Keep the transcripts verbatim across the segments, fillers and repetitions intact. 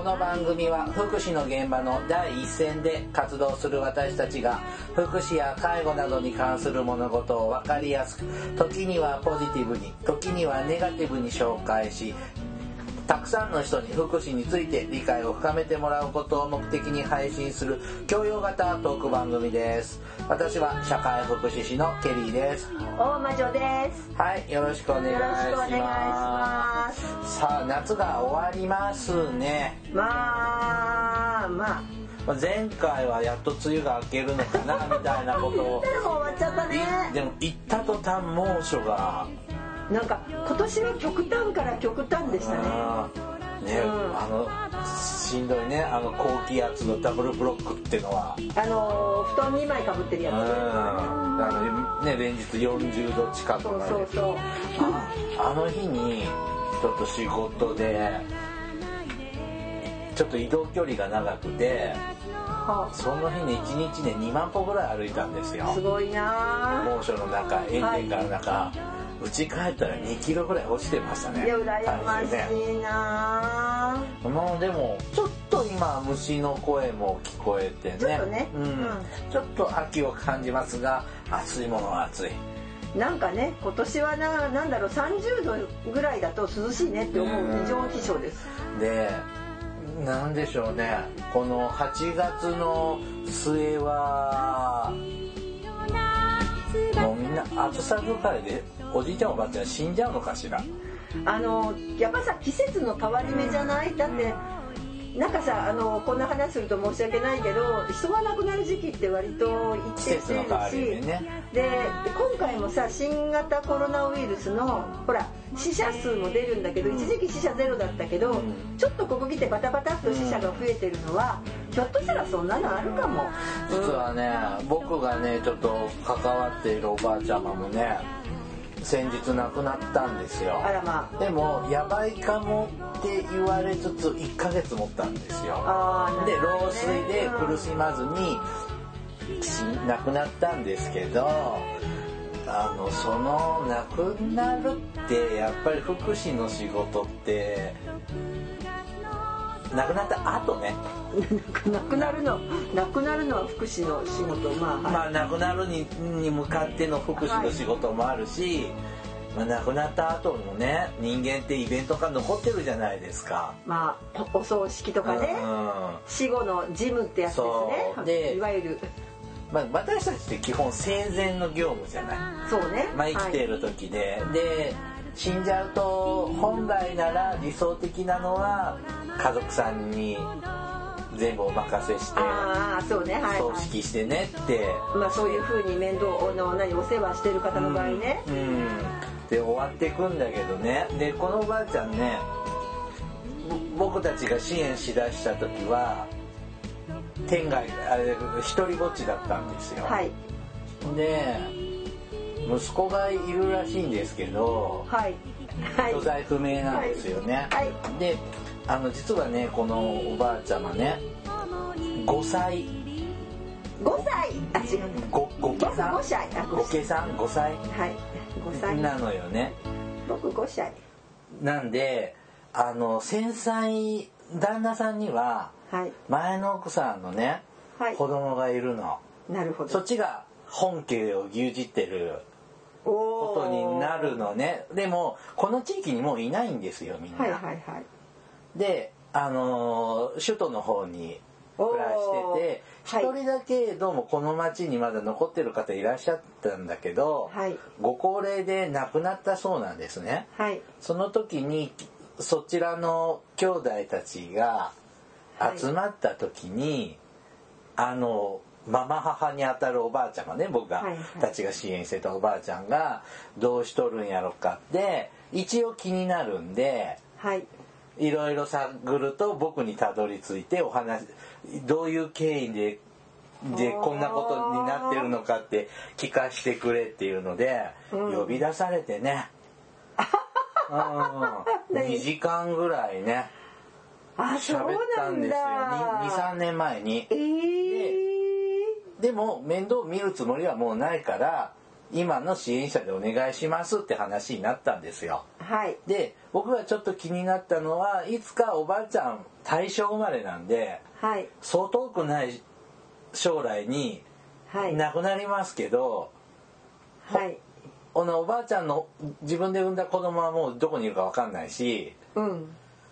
の番組は福祉の現場の第一線で活動する私たちが福祉や介護などに関する物事を分かりやすく、時にはポジティブに、時にはネガティブに紹介し、たくさんの人に福祉について理解を深めてもらうことを目的に配信する教養型トーク番組です。私は社会福祉士のケリーです。 大魔女です。 はい、よろしくお願いします。 よろしくお願いします。 さあ、夏が終わりますね。 まあまあ前回はやっと梅雨が明けるのかなみたいなことをでも終わっちゃったね。 でも行った途端猛暑がなんか今年は極端から極端でしたね。 ね、うん、あのしんどいね、あの高気圧のダブルブロックっていうのはあの布団にまいかぶってるやつ、うん、 あのね、連日よんじゅうど近くまで。 そうそうそう。 あ, あの日にちょっと仕事でちょっと移動距離が長くて、はあ、その日にいちにちでにまんぽぐらい歩いたんですよ。 すごいな。 猛暑の中、炎天下の中、はい、家帰ったらにキロぐらい落ちてましたね。 いや、羨ましいな。 もうでもちょっと今虫の声も聞こえてね、 ちょっとね、 うんうん、ちょっと秋を感じますが、暑いものは暑い。 なんかね、今年はな、なんだろう、さんじゅうどぐらいだと涼しいねって思う異常気象です。 で、なんでしょうね、このはちがつの末はもうみんな暑さ疲れでおじいちゃんおばあちゃん死んじゃうのかしら。 あのやっぱさ、季節の変わり目じゃない？だってなんかさ、あのこんな話すると申し訳ないけど、人が亡くなる時期って割と一定してるし、ね、で今回もさ、新型コロナウイルスのほら死者数も出るんだけど、一時期死者ゼロだったけど、うん、ちょっとここ来てバタバタっと死者が増えてるのは、うん、ひょっとしたらそんなのあるかも。 実はね、僕がねちょっと関わっているおばあちゃまもね、先日亡くなったんですよ。 あらまあ。 でもやばいかもって言われつついっかげつ持ったんですよ。 あ、 で老衰で苦しまずに亡くなったんですけど、あのその亡くなるってやっぱり福祉の仕事って亡くなった後ね亡くなるの亡くなるのは福祉の仕事、まあ、はい、 まあ亡くなる に, に向かっての福祉の仕事もあるし、はい、まあ、亡くなった後もね、人間ってイベントが残ってるじゃないですか。 まあお葬式とかね、うんうん、死後の事務ってやつですね。でいわゆる、 まあ、私たちって基本生前の業務じゃない。 そうね、 まあ、生きている時で、はい、で死んじゃうと本来なら理想的なのは家族さんに全部お任せして、 あ、そうね、はい、 葬式してねって、 まあ、そういう風に面倒の何お世話してる方の場合ね、 うん、うん、で終わっていくんだけどね。でこのおばあちゃんね、僕たちが支援しだした時は天涯あれ一人ぼっちだったんですよ。 はい、 で息子がいるらしいんですけど、 はいはい、 所在不明なんですよね。はいはい、であの実はね、このおばあちゃまねごさいごさいあ違うごごけさんごさいごけさんごさいはいごさいなのよね。 僕ごさいなんで、あの繊細旦那さんには前の奥さんのね、はい、子供がいるの。 なるほど。 そっちが本家を牛耳ってることになるのね。でもこの地域にもういないんですよ、みんな。 はいはいはい。 で、あのー、首都の方に暮らしてて、一人だけどうもこの町にまだ残ってる方いらっしゃったんだけど、はい、ご高齢で亡くなったそうなんですね。はい、その時にそちらの兄弟たちが集まった時に、はい、あのママ母にあたるおばあちゃんがね、僕が、はいはい、たちが支援してたおばあちゃんがどうしとるんやろかって一応気になるんで、はい、いろいろ探ると僕にたどり着いて、お話どういう経緯ででこんなことになってるのかって聞かせてくれっていうので、うん、呼び出されてねうん、にじかんぐらいね喋ったんですよ。 にさんねんまえに、えー、で, でも面倒見るつもりはもうないから今の支援者でお願いしますって話になったんですよ。 はい、 で僕がちょっと気になったのはいつかおばあちゃん大正生まれなんで、 はい、 そう遠くない将来に亡くなりますけど、はい、お, おばあちゃんの自分で産んだ子供はもうどこにいるか分かんないし、 うん、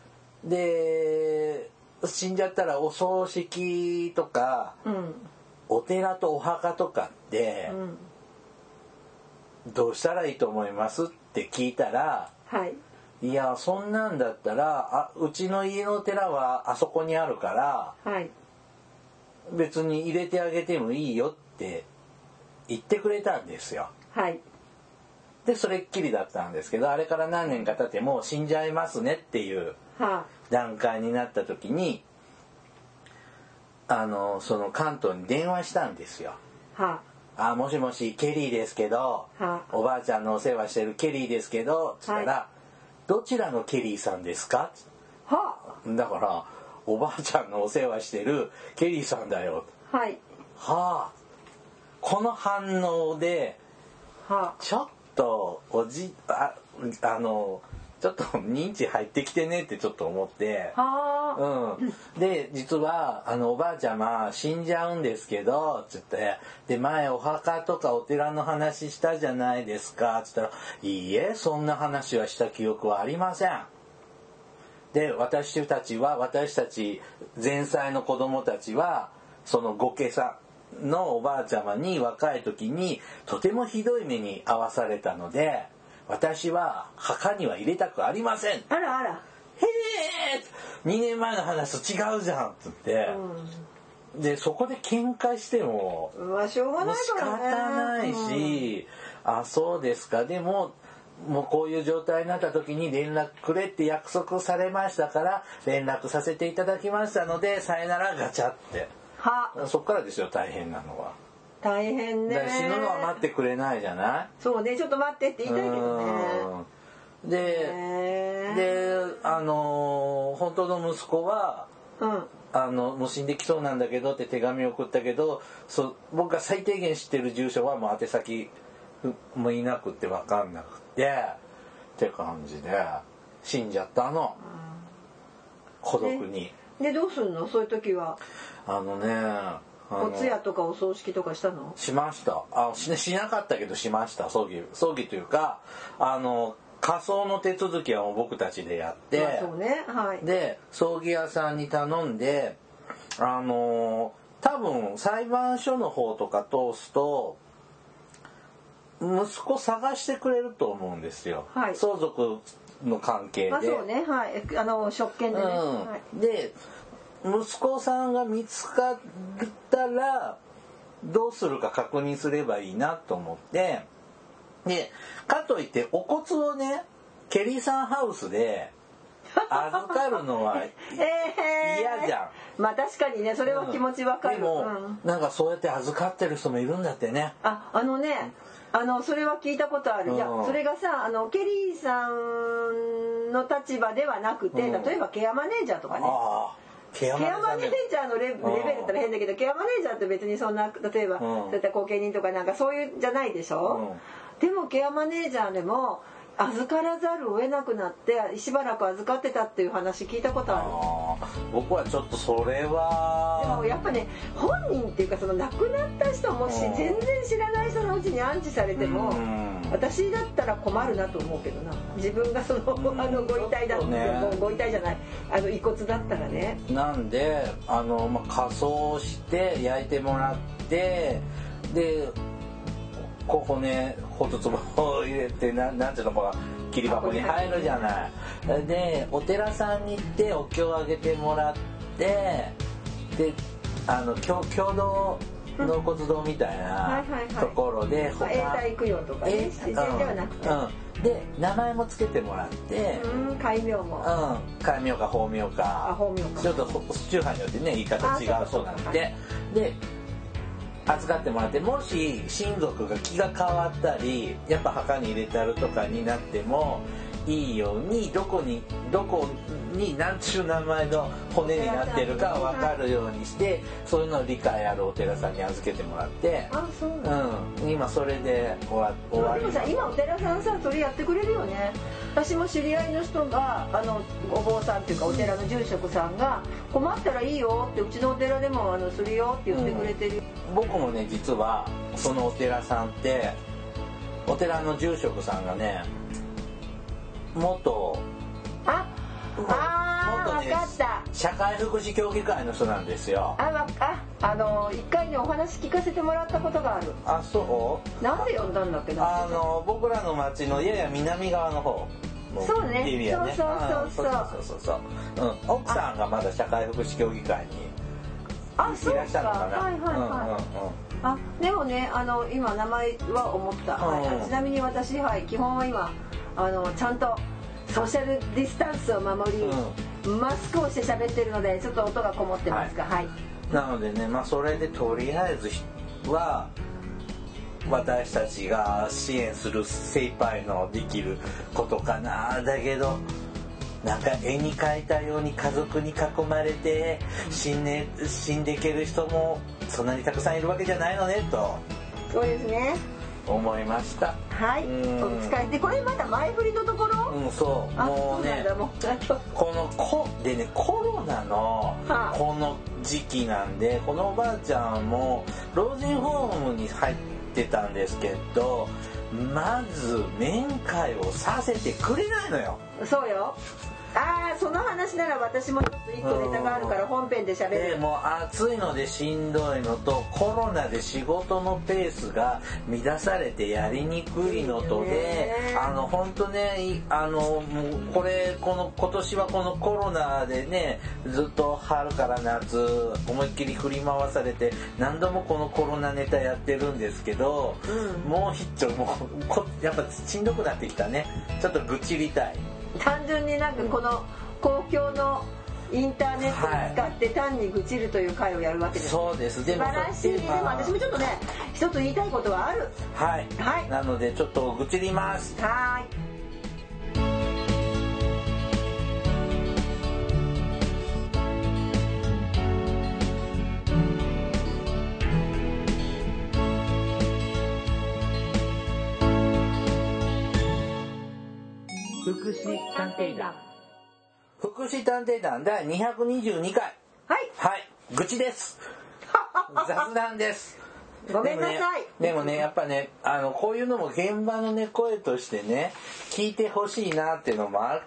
で死んじゃったらお葬式とか、うん、お寺とお墓とかって、うん、どうしたらいいと思いますって聞いたら、はい、いやそんなんだったらあうちの家の寺はあそこにあるから、はい、別に入れてあげてもいいよって言ってくれたんですよ。はい、でそれっきりだったんですけど、あれから何年か経ってもう死んじゃいますねっていう段階になった時に、あのその関東に電話したんですよ。はあ、あもしもしケリーですけど、はおばあちゃんのお世話してるケリーですけどつったら、はい、どちらのケリーさんですか？はだからおばあちゃんのお世話してるケリーさんだよ。はい。はあ。この反応で、はあ、ちょっとおじああのちょっと認知入ってきてねってちょっと思って、はあ、うん。で実はあのおばあちゃま死んじゃうんですけどつってで前お墓とかお寺の話したじゃないですかつったらいいえそんな話はした記憶はありません。で私たちは私たち前妻の子供たちはそのご家さんのおばあちゃまに若い時にとてもひどい目に遭わされたので私は墓には入れたくありません。 あらあら。 へえにねんまえの話と違うじゃんって言って、うん、でそこで喧嘩しても、 まあ、しょうがないからね、 仕方ないし、うん、あそうですかでももうこういう状態になった時に連絡くれって約束されましたから連絡させていただきましたのでさよならガチャってはそっからですよ大変なのは。 大変ね。 死ぬのは待ってくれないじゃない。 そうねちょっと待ってって言いたいけどね。 でであの本当の息子は、うん、あのもう死んできそうなんだけどって手紙を送ったけどそ僕が最低限知ってる住所はもう宛先もいなくて分かんなくてって感じで死んじゃったの、うん、孤独に。 でどうすんのそういう時は。 あのねお通夜とかお葬式とかしたの？ しました。あ し, しなかったけどしました葬儀葬儀というかあの火葬の手続きはもう僕たちでやって、まあそうねはい、で葬儀屋さんに頼んであの多分裁判所の方とか通すと息子探してくれると思うんですよ、はい、相続の関係で。 あそうねはいあの職権でね、うんはい、で息子さんが見つかったらどうするか確認すればいいなと思ってでかといってお骨をねケリーさんハウスで預かるのは嫌じゃん、 えー、まあ確かにねそれは気持ちわかる、 うん、でも、 うん、 なんかそうやって預かってる人もいるんだってね。 ああのねあのそれは聞いたことある、うん、いやそれがさあのケリーさんの立場ではなくて、うん、例えばケアマネージャーとかねあケアマネージャーのレベルだったら変だけどケアマネージャーって別にそんな例えば、うん、そういった後見人とかなんかそういうじゃないでしょ、うん、でもケアマネージャーでも預からざるを得なくなってしばらく預かってたっていう話聞いたことある。 あ僕はちょっとそれはでもやっぱね本人っていうかその亡くなった人もし全然知らない人のうちに安置されても、うん、私だったら困るなと思うけどな自分がその、うん、あのご遺体だって、ね、ご遺体じゃないあの遺骨だったらね。 なんであの、まあ、火葬して焼いてもらってでこう骨骨壺を入れてななんていうのか切り箱に入るじゃない。でお寺さんに行ってお経をあげてもらってであの共同納骨堂みたいなところで他永代供養とかね自然ではなくて、うんうん、で名前も付けてもらってうん戒名もうん戒名か法名かあ法名かちょっと宗派によってね言い方違うそうなんでで預かってもらってもし親族が気が変わったりやっぱ墓に入れてあるとかになってもいいようにどこにどこに何ちゅう名前の骨になってるか分かるようにして、そういうのを理解あるお寺さんに預けてもらって、 あ、そうなん、 うん、今それで終わ終わり。 でもさ、今お寺さんさ、それやってくれるよね。私も知り合いの人が、あのお坊さんっていうかお寺の住職さんが、困ったらいいよって、うちのお寺でもあのするよって言ってくれてる、 うん、僕もね、実はそのお寺さんってお寺の住職さんがね、元ああー、分かった、 社会福祉協議会の人なんですよ。 あああの一回ねお話聞かせてもらったことがある。 あ、そう。 なんで呼んだんだっけな。 あの僕らの町のやや南側の方のそうね、 エリアね。 そうそうそうそうそうそうそうそう、うん、奥さんがまだ社会福祉協議会にいらっしゃるのかな。 はいはいはい、うんうんうん、あ、でもね、あの今名前は思った、うん、はい、ちなみに私、はい、基本は今あのちゃんとソーシャルディスタンスを守り、うん、マスクをして喋ってるのでちょっと音がこもってますが、はい、はい、 なのでね、まあそれでとりあえずは私たちが支援する精一杯のできることかな。だけどなんか絵に描いたように家族に囲まれて死んで、死んでいける人もそんなにたくさんいるわけじゃないのねと。 そうですね、 思いました。 はい、お疲れ。でこれまだ前振りのところ、 うん、そうもうね、もうこのこでね、コロナのこの時期なんで、このおばあちゃんも老人ホームに入ってたんですけど、まず面会をさせてくれないのよ。 そうよ。ああ、その話なら私もちょっと一個ネタがあるから本編で喋る。 でもう暑いのでしんどいのと、コロナで仕事のペースが乱されてやりにくいのとで、あの本当ね、あのもうこれこの今年はこのコロナでね、ずっと春から夏思いっきり振り回されて何度もこのコロナネタやってるんですけど、うん、もう必聴、もうこやっぱしんどくなってきたね。ちょっと愚痴りたい。 単純になんかこの公共のインターネットを使って単に愚痴るという会をやるわけです。 そうです。 素晴らしい。でも私もちょっとね、一つ言いたいことはある。 はい。はい。なのでちょっと愚痴ります。 はい。 福祉探偵団。福祉探偵団だいにひゃくにじゅうにかい。 はい。 はい。愚痴です。雑談です。 ごめんなさい。 でもね、でもねやっぱね、あのこういうのも現場のね声としてね聞いてほしいなっていうのもあって、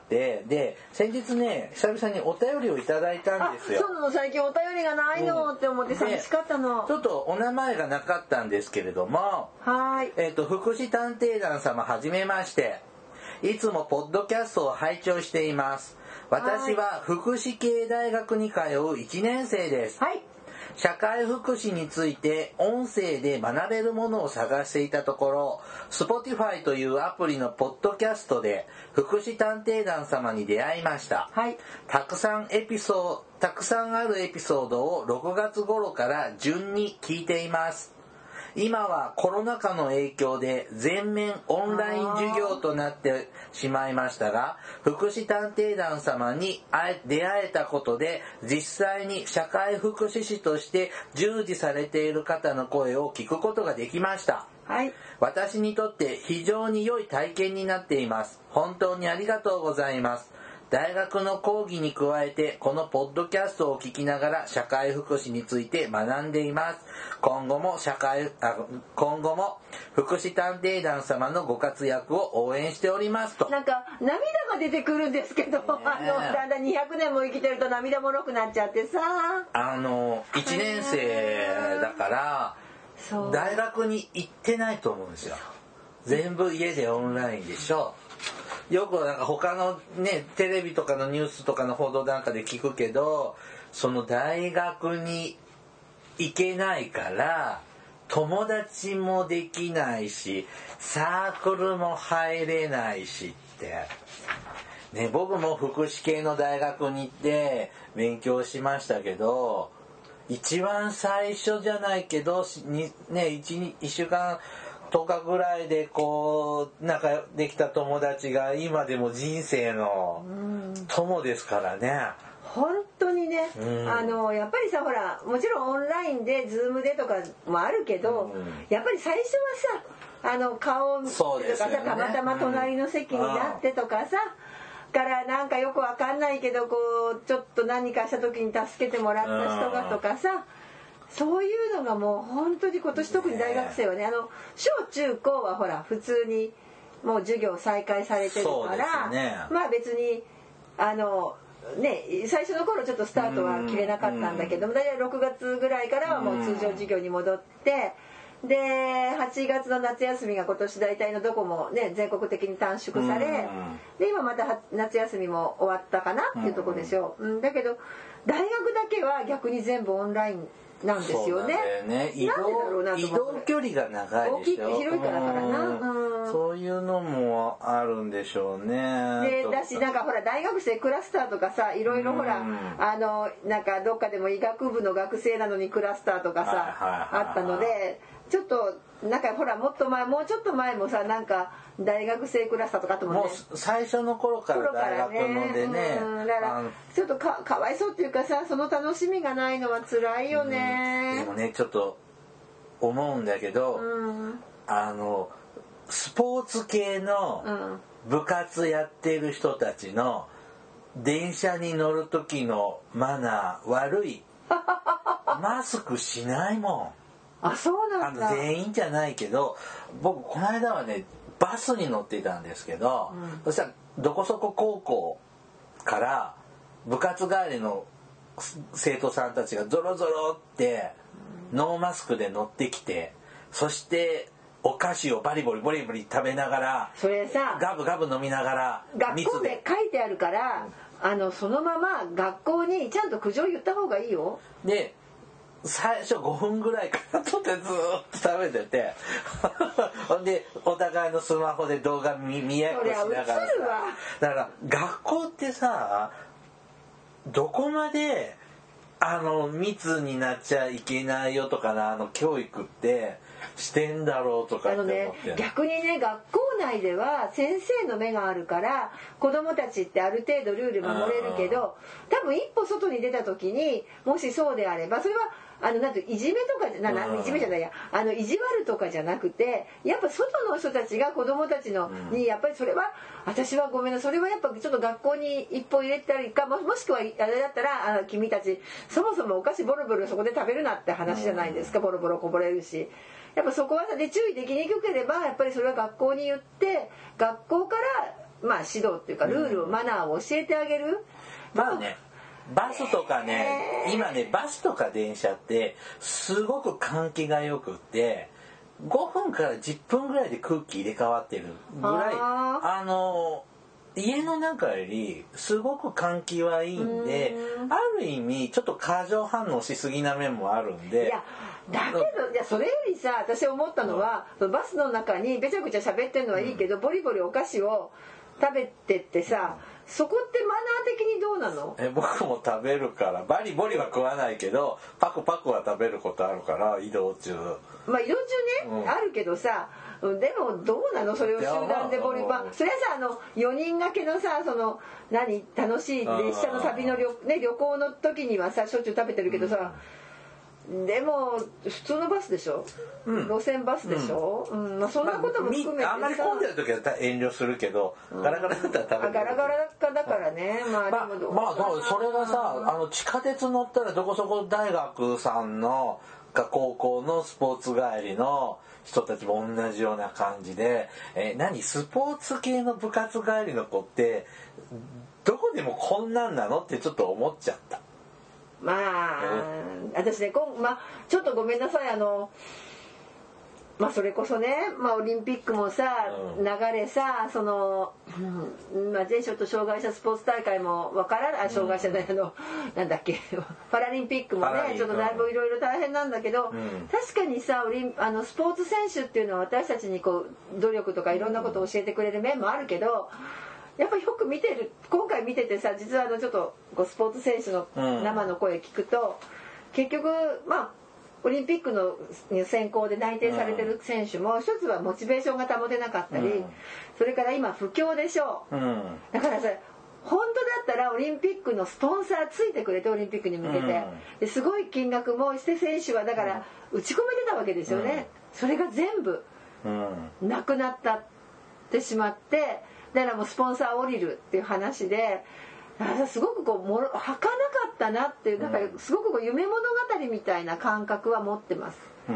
で先日ね久々にお便りをいただいたんですよ。 そうなの、最近お便りがないのって思って寂しかったの。 ちょっとお名前がなかったんですけれども、 はい。 えっと福祉探偵団様はじめまして。いつもポッドキャストを拝聴しています。私は福祉系大学に通ういちねん生です。 はい。 社会福祉について音声で学べるものを探していたところ、Spotify というアプリのポッドキャストで福祉探偵団様に出会いました。 はい。 たくさんエピソード、たくさんあるエピソードをろくがつ頃から順に聞いています。今はコロナ禍の影響で全面オンライン授業となってしまいましたが、福祉探偵団様に出会えたことで実際に社会福祉士として従事されている方の声を聞くことができました。 はい。 私にとって非常に良い体験になっています。本当にありがとうございます。大学の講義に加えてこのポッドキャストを聞きながら社会福祉について学んでいます。今後も社会あ今後も福祉探偵団様のご活躍を応援しておりますと。 なんか涙が出てくるんですけど、ね、あのだんだんにひゃくねんも生きてると涙もろくなっちゃってさ。 あのいちねん生だから大学に行ってないと思うんですよ。全部家でオンラインでしょ。よくなんか他のねテレビとかのニュースとかの報道なんかで聞くけど、その大学に行けないから友達もできないしサークルも入れないしってね、僕も福祉系の大学に行って勉強しましたけど、一番最初じゃないけどにね 1, 1週間とおかぐらいでこう仲できた友達が今でも人生の友ですからね。 本当にね、うん、あのやっぱりさほらもちろんオンラインでズームでとかもあるけど、うん、やっぱり最初はさあの顔とかさ、ね、たまたま隣の席になってとかさ、うん、からなんかよくわかんないけどこうちょっと何かした時に助けてもらった人がとかさ、うん、そういうのがもう本当に今年特に大学生はね、あの小中高はほら普通にもう授業再開されてるから、ね、まあ別にあのね、最初の頃ちょっとスタートは切れなかったんだけども、大体ろくがつぐらいからはもう通常授業に戻って、ではちがつの夏休みが今年大体のどこもね全国的に短縮され、で今また夏休みも終わったかなっていうところでしょう、うん、だけど大学だけは逆に全部オンラインなんですよね。 ね移動、移動距離が長いでしょ。 大きい広いからからな、 うん、そういうのもあるんでしょうね。 でだしなんかほら大学生クラスターとかさいろいろほら、うん、あのなんかどっかでも医学部の学生なのにクラスターとかさ、はいはいはいはい、あったのでちょっとなんかほらもっと前もうちょっと前もさなんか大学生クラスターとかあったもんね。もう最初の頃から大学のでね、 うん、だからちょっと か, かわいそうっていうかさその楽しみがないのは辛いよね、 うん、でもねちょっと思うんだけど、うん、あのスポーツ系の部活やってる人たちの電車に乗る時のマナー悪いマスクしないもん。あ、そうなんだ。 あの全員じゃないけど僕この間はねバスに乗っていたんですけど、うん、そしたらどこそこ高校から部活帰りの生徒さんたちがゾロゾロってノーマスクで乗ってきて、そしてお菓子をバリボリボリボリ食べながらそれさガブガブ飲みながら学校で書いてあるから、うん、あのそのまま学校にちゃんと苦情言った方がいいよ。 で最初ごふんぐらいからとってずーっと食べててほんでお互いのスマホで動画見見やっこしながらさ、だから学校ってさどこまであの密になっちゃいけないよとかなあの教育ってしてんだろうとかって思って、 あのね、逆にね学校内では先生の目があるから子どもたちってある程度ルール守れるけど、多分一歩外に出た時にもしそうであればそれはあのなんていじめとかなないじめじゃないやあの意地悪とかじゃなくてやっぱ外の人たちが子どもたちのにやっぱりそれは私はごめんなそれはやっぱちょっと学校に一歩入れたりか も, もしくはあれだったらあの君たちそもそもお菓子ボロボロそこで食べるなって話じゃないですか。ボロボロこぼれるしやっぱそこはで注意できにくければやっぱりそれは学校に言って学校からまあ指導っていうかルールをマナーを教えてあげる。 まあねバスとかね、えー、今ねバスとか電車ってすごく換気が良くってごふんからじゅっぷんぐらいで空気入れ替わってるぐらい あ, あの家の中よりすごく換気はいいんである意味ちょっと過剰反応しすぎな面もあるんで。 いやだけどいやそれよりさ私思ったのは、うん、バスの中にべちゃくちゃ喋ってるのはいいけど、うん、ボリボリお菓子を食べてってさ、うん、そこってマナー的にどうなの？ え僕も食べるからバリボリは食わないけどパクパクは食べることあるから移動中まあ移動中ね、うん、あるけどさでもどうなのそれを集団でボリバンそれはさあのよにん掛けのさその何楽しい列車の旅の 旅,、ね、旅行の時にはさしょっちゅう食べてるけどさ、うんでも普通のバスでしょ、うん、路線バスでしょ、うんうんまあ、そんなことも含めてさ、 まあ、あんまり混んでる時は遠慮するけど、うん、ガラガラだったら食べるガラガラだからね、まあ、 まあ、まあ、それがさあの地下鉄乗ったらどこそこ大学さんのか高校のスポーツ帰りの人たちも同じような感じで、えー、何スポーツ系の部活帰りの子ってどこでもこんなんなのってちょっと思っちゃった。 まあ、うん、私ねこん、まあ、ちょっとごめんなさいあの、まあ、それこそね、まあ、オリンピックもさ、うん、流れさその、うんまあ、全省と障害者スポーツ大会もわからない障害者で、うん、あのなんだっけパラリンピックもねちょっとだいぶいろいろ大変なんだけど、うん、確かにさオリンあのスポーツ選手っていうのは私たちにこう努力とかいろんなことを教えてくれる面もあるけどやっぱりよく見てる今回見ててさ実はあのちょっとこうスポーツ選手の生の声聞くと、うん、結局まあオリンピックの選考で内定されてる選手も一つはモチベーションが保てなかったり、うん、それから今不況でしょう、うん、だからさ本当だったらオリンピックのスポンサーついてくれてオリンピックに向けて、うん、ですごい金額もして選手はだから打ち込めてたわけですよね、うん、それが全部なくなったってしまってだからもうスポンサー降りるっていう話ですごくこうもろ儚かったなっていうだからすごくこう夢物語みたいな感覚は持ってます、うん、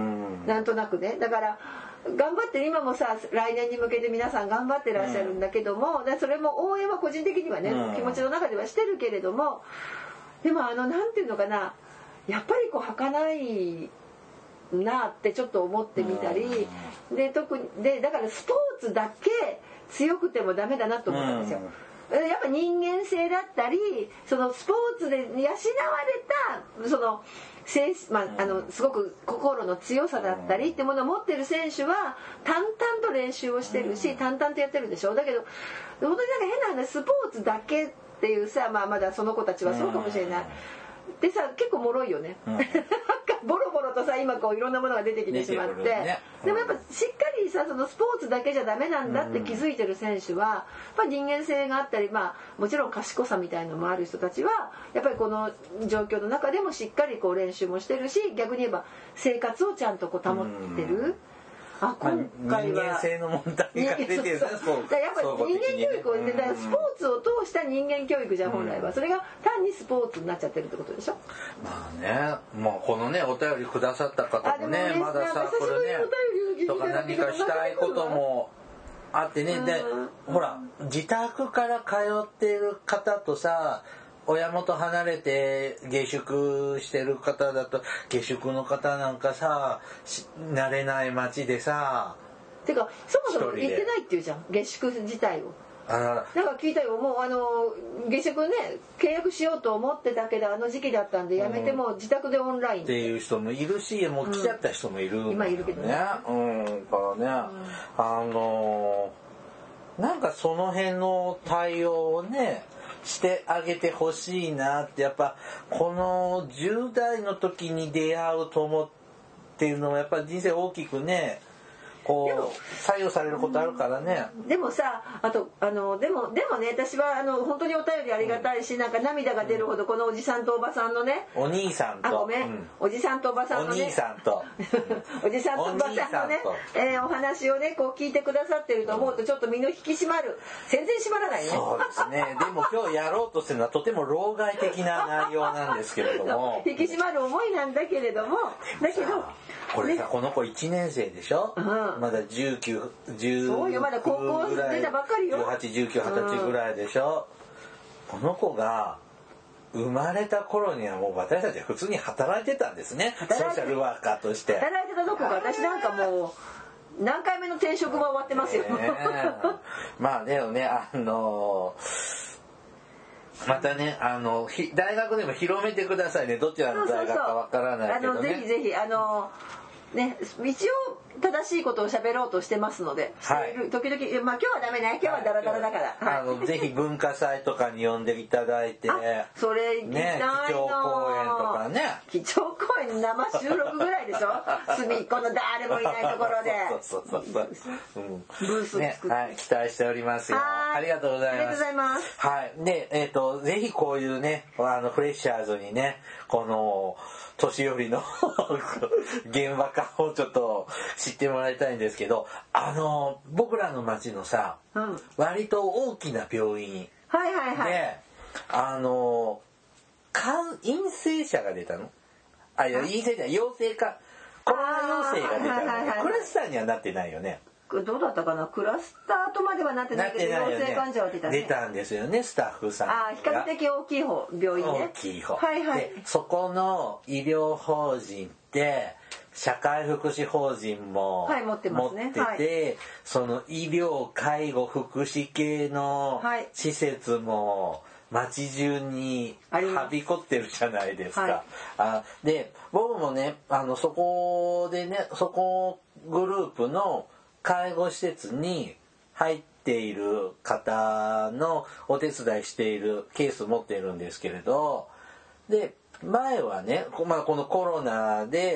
なんとなくねだから頑張って今もさ来年に向けて皆さん頑張ってらっしゃるんだけども、うん、それも応援は個人的にはね、うん、気持ちの中ではしてるけれどもでもあのなんていうのかなやっぱりこう儚いなってちょっと思ってみたり、うん、で特にでだからスポーツだけ強くてもダメだなと思ったんですよ、うん、やっぱ人間性だったりそのスポーツで養われたそのまあ、あのすごく心の強さだったりってものを持ってる選手は淡々と練習をしてるし淡々とやってるでしょだけど本当になんか変な話スポーツだけっていうさ、まあ、まだその子たちはそうかもしれないでさ結構脆いよね、うん、なんかボロボロとさ今こういろんなものが出てきてしまって、ねうん、でもやっぱしっかりさそのスポーツだけじゃダメなんだって気づいてる選手はやっぱ人間性があったり、まあ、もちろん賢さみたいのもある人たちはやっぱりこの状況の中でもしっかりこう練習もしてるし逆に言えば生活をちゃんとこう保ってる。うんあ今回は、 まあ、人間性の問題が出てるね。 そうだやっぱり人間教育を、ね、だからスポーツを通した人間教育じゃ本来は、うん、それが単にスポーツになっちゃってるってことでしょ。 まあね、もうこのねお便りくださった方もねまださこれねとか何かしたいこともあってねでほら自宅から通っている方とさ。親元離れて下宿してる方だと下宿の方なんかさ慣れない街でさてかそもそも行ってないっていうじゃん下宿自体をあららなんか聞いたよもうあの下宿ね契約しようと思ってたけどあの時期だったんでやめてもう自宅でオンライン、 っていう人もいるしもう来ちゃった人もいる、 うん、今いるけどねうんからね、うん、あのなんかその辺の対応をねしてあげてほしいなってやっぱこのじゅう代の時に出会う友っていうのはやっぱり人生大きくねこう左右されることあるからね。 でもさあとあのでもでもね私はあの本当にお便りありがたいし、うん、なんか涙が出るほどこのおじさんとおばさんのねお兄さんとあごめん、うん、おじさんとおばさんのねお兄さんとおじさんとおばさんのねお,、えー、お話をねこう聞いてくださってると思うとちょっと身の引き締まる全然締まらないね。 そうですねでも今日やろうとしてるのはとても老害的な内容なんですけれども引き締まる思いなんだけれどもだけどこれさ、ね、この子いちねん生でしょ、うん、まだじゅうきゅう、じゅうそうよまだ高校出たばっかりよじゅうはち、じゅうきゅう、はたちぐらいでしょ、うん、この子が生まれた頃にはもう私たちは普通に働いてたんですねソーシャルワーカーとして働いてたとこが私なんかもう何回目の転職も終わってますよ、ね、 まあでもねあのーまたねあの大学でも広めてくださいねどちらの大学かわからないけどねそうそうそうあのぜひぜひあのね一応正しいことを喋ろうとしてますので、はい、時々まあ今日はダメね今日はダラダラだから、 はい、あのぜひ文化祭とかに呼んでいただいてそれ行きたいの、 ね、貴重公演とかね貴重公演生収録ぐらいでしょ隅っこの誰もいないところでそうそうそうそう、うん、 ブース作って、ねはい、期待しておりますよありがとうございますありがとうございますはいでえっ、ー、とぜひこういうねあのフレッシャーズにねこの年寄りの現場感をちょっと知ってもらいたいんですけどあの僕らの町のさ、うん、割と大きな病院で、 はいはいはい、 あの陰性者が出たのあいや陰性じゃない陽性かコロナ陽性が出たの、はいはい、クラスターにはなってないよねどうだったかなクラスターとまではなってないけど陽性患者は出たね出たんですよねスタッフさんがあ比較的大きい方病院ね大きい方はいはいでそこの医療法人って社会福祉法人も持ってて、はいねはい、その医療介護福祉系の施設も街中にはびこってるじゃないですか、はい、あで僕もねあのそこでねそこグループの介護施設に入っている方のお手伝いしているケースを持っているんですけれどで前はね、まあ、このコロナで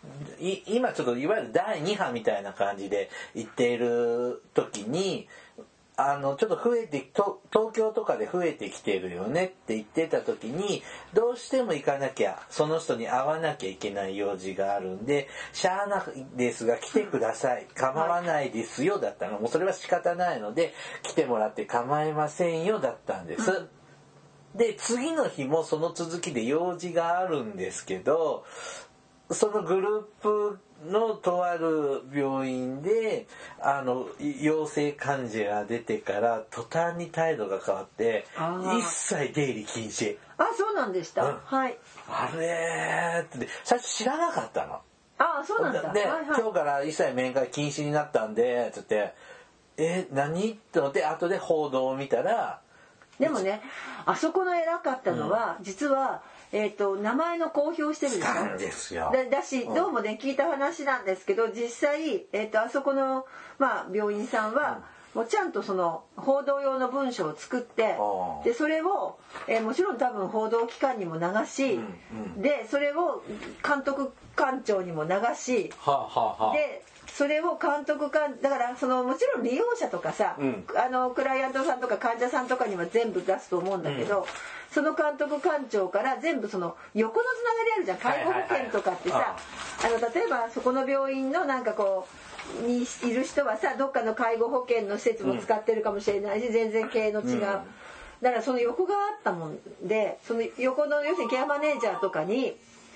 い今ちょっといわゆるだいに波みたいな感じで行っている時にあのちょっと増えてと東京とかで増えてきてるよねって言ってた時にどうしても行かなきゃその人に会わなきゃいけない用事があるんでしゃあないですが来てください構わないですよだったのもうそれは仕方ないので来てもらって構いませんよだったんです、うん、で次の日もその続きで用事があるんですけどそのグループのとある病院であの陽性患者が出てから途端に態度が変わって一切出入り禁止。 あ、そうなんでした、うん、はい。 あれーって最初知らなかったの。 あ、そうなんだ。 で、 はいはい、 今日から一切面会禁止になったんでつってえ何ってので後で報道を見たらでもねあそこの偉かったのは、うん、実はえー、と名前の公表してるでしょですよだ, だしどうもね聞いた話なんですけど実際、えー、とあそこの、まあ、病院さんは、うん、もうちゃんとその報道用の文章を作ってでそれを、えー、もちろん多分報道機関にも流し、うんうん、でそれを監督官庁にも流し、 はあはあ、 でそれを監督官だからそのもちろん利用者とかさ、うん、あのクライアントさんとか患者さんとかには全部出すと思うんだけど、うん、その監督官庁から全部その横のつながりあるじゃん介護保険とかってさ、あの例えばそこの病院のなんかこうにいる人はさどっかの介護保険の施設も使ってるかもしれないし、うん、全然経営の違う、うん、だからその横があったもんでその横の要するにケアマネージャーとかに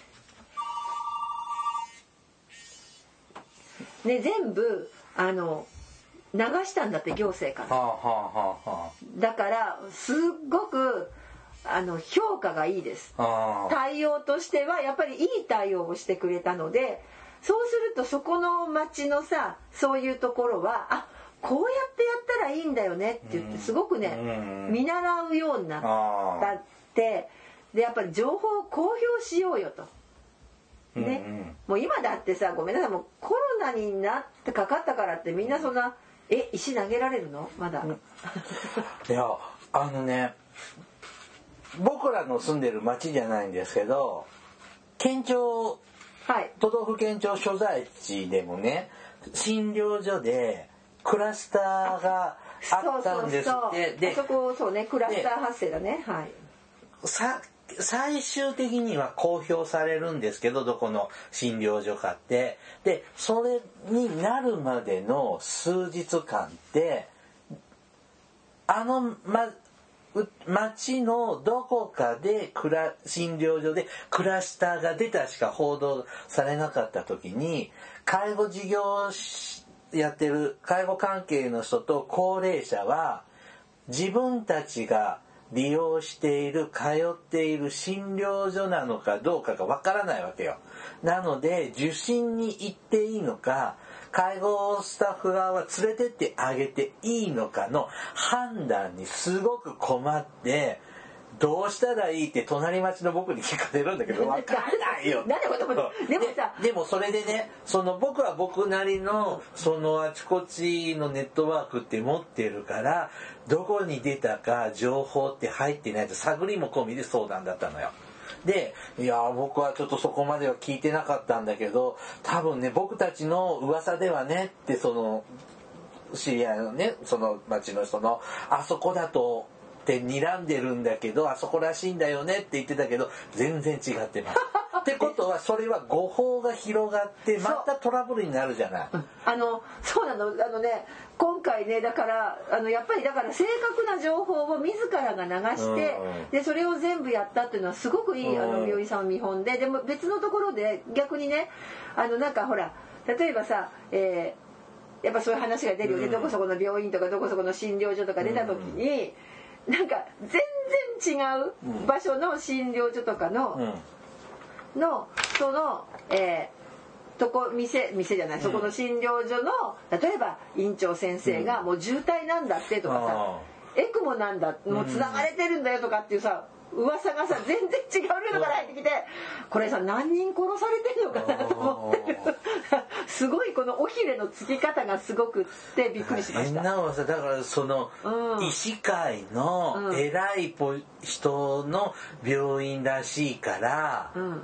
ね、全部あの流したんだって行政から、はあはあはあ、だからすっごくあの評価がいいです、はあ、対応としてはやっぱりいい対応をしてくれたのでそうするとそこの町のさそういうところはあこうやってやったらいいんだよねって言ってすごくね、うん、見習うようになったってでやっぱり情報を公表しようよと。ね、うんうん、もう今だってさごめんなさいもうコロナになってかかったからってみんなそんなえ石投げられるのまだ、うん、 いやあのね僕らの住んでる町じゃないんですけど県庁、はい、都道府県庁所在地でもね診療所でクラスターがあったんですって。 でそこそうねクラスター発生だね。はい。 さ最終的には公表されるんですけどどこの診療所かってでそれになるまでの数日間ってあの、ま、町のどこかでクラ診療所でクラスターが出たしか報道されなかった時に介護事業やってる介護関係の人と高齢者は自分たちが利用している通っている診療所なのかどうかがわからないわけよ。なので受診に行っていいのか介護スタッフ側は連れてってあげていいのかの判断にすごく困ってどうしたらいいって隣町の僕に聞かれるんだけど分かんないよ。 なんででもさで、でもそれでねその僕は僕なりのそのあちこちのネットワークって持ってるからどこに出たか情報って入ってないと探りも込みで相談だったのよ。でいや僕はちょっとそこまでは聞いてなかったんだけど多分ね僕たちの噂ではねってその知り合いのねその町の人のあそこだとって睨んでるんだけどあそこらしいんだよねって言ってたけど全然違ってますってことはそれは誤報が広がってまたトラブルになるじゃない。 あのそうなのあのね今回ねだからあのやっぱりだから正確な情報を自らが流して、うん、でそれを全部やったっていうのはすごくいい、うん、あの病院さんの見本ででも別のところで逆にねあのなんかほら例えばさ、えー、やっぱそういう話が出るよね、うん、どこそこの病院とかどこそこの診療所とか出た時に、うん、なんか全然違う場所の診療所とかの、うん、のその、えーとこ店店じゃないそこの診療所の例えば院長先生がもう渋滞なんだってとかさ、うん、エクモなんだもうつながれてるんだよとかっていうさ噂がさ全然違うルールが入ってきてこれさ何人殺されてるのかなと思ってるすごいこの尾ひれのつき方がすごくってびっくりしました。 だからその、うん、医師会の偉いポ人の病院らしいから、うん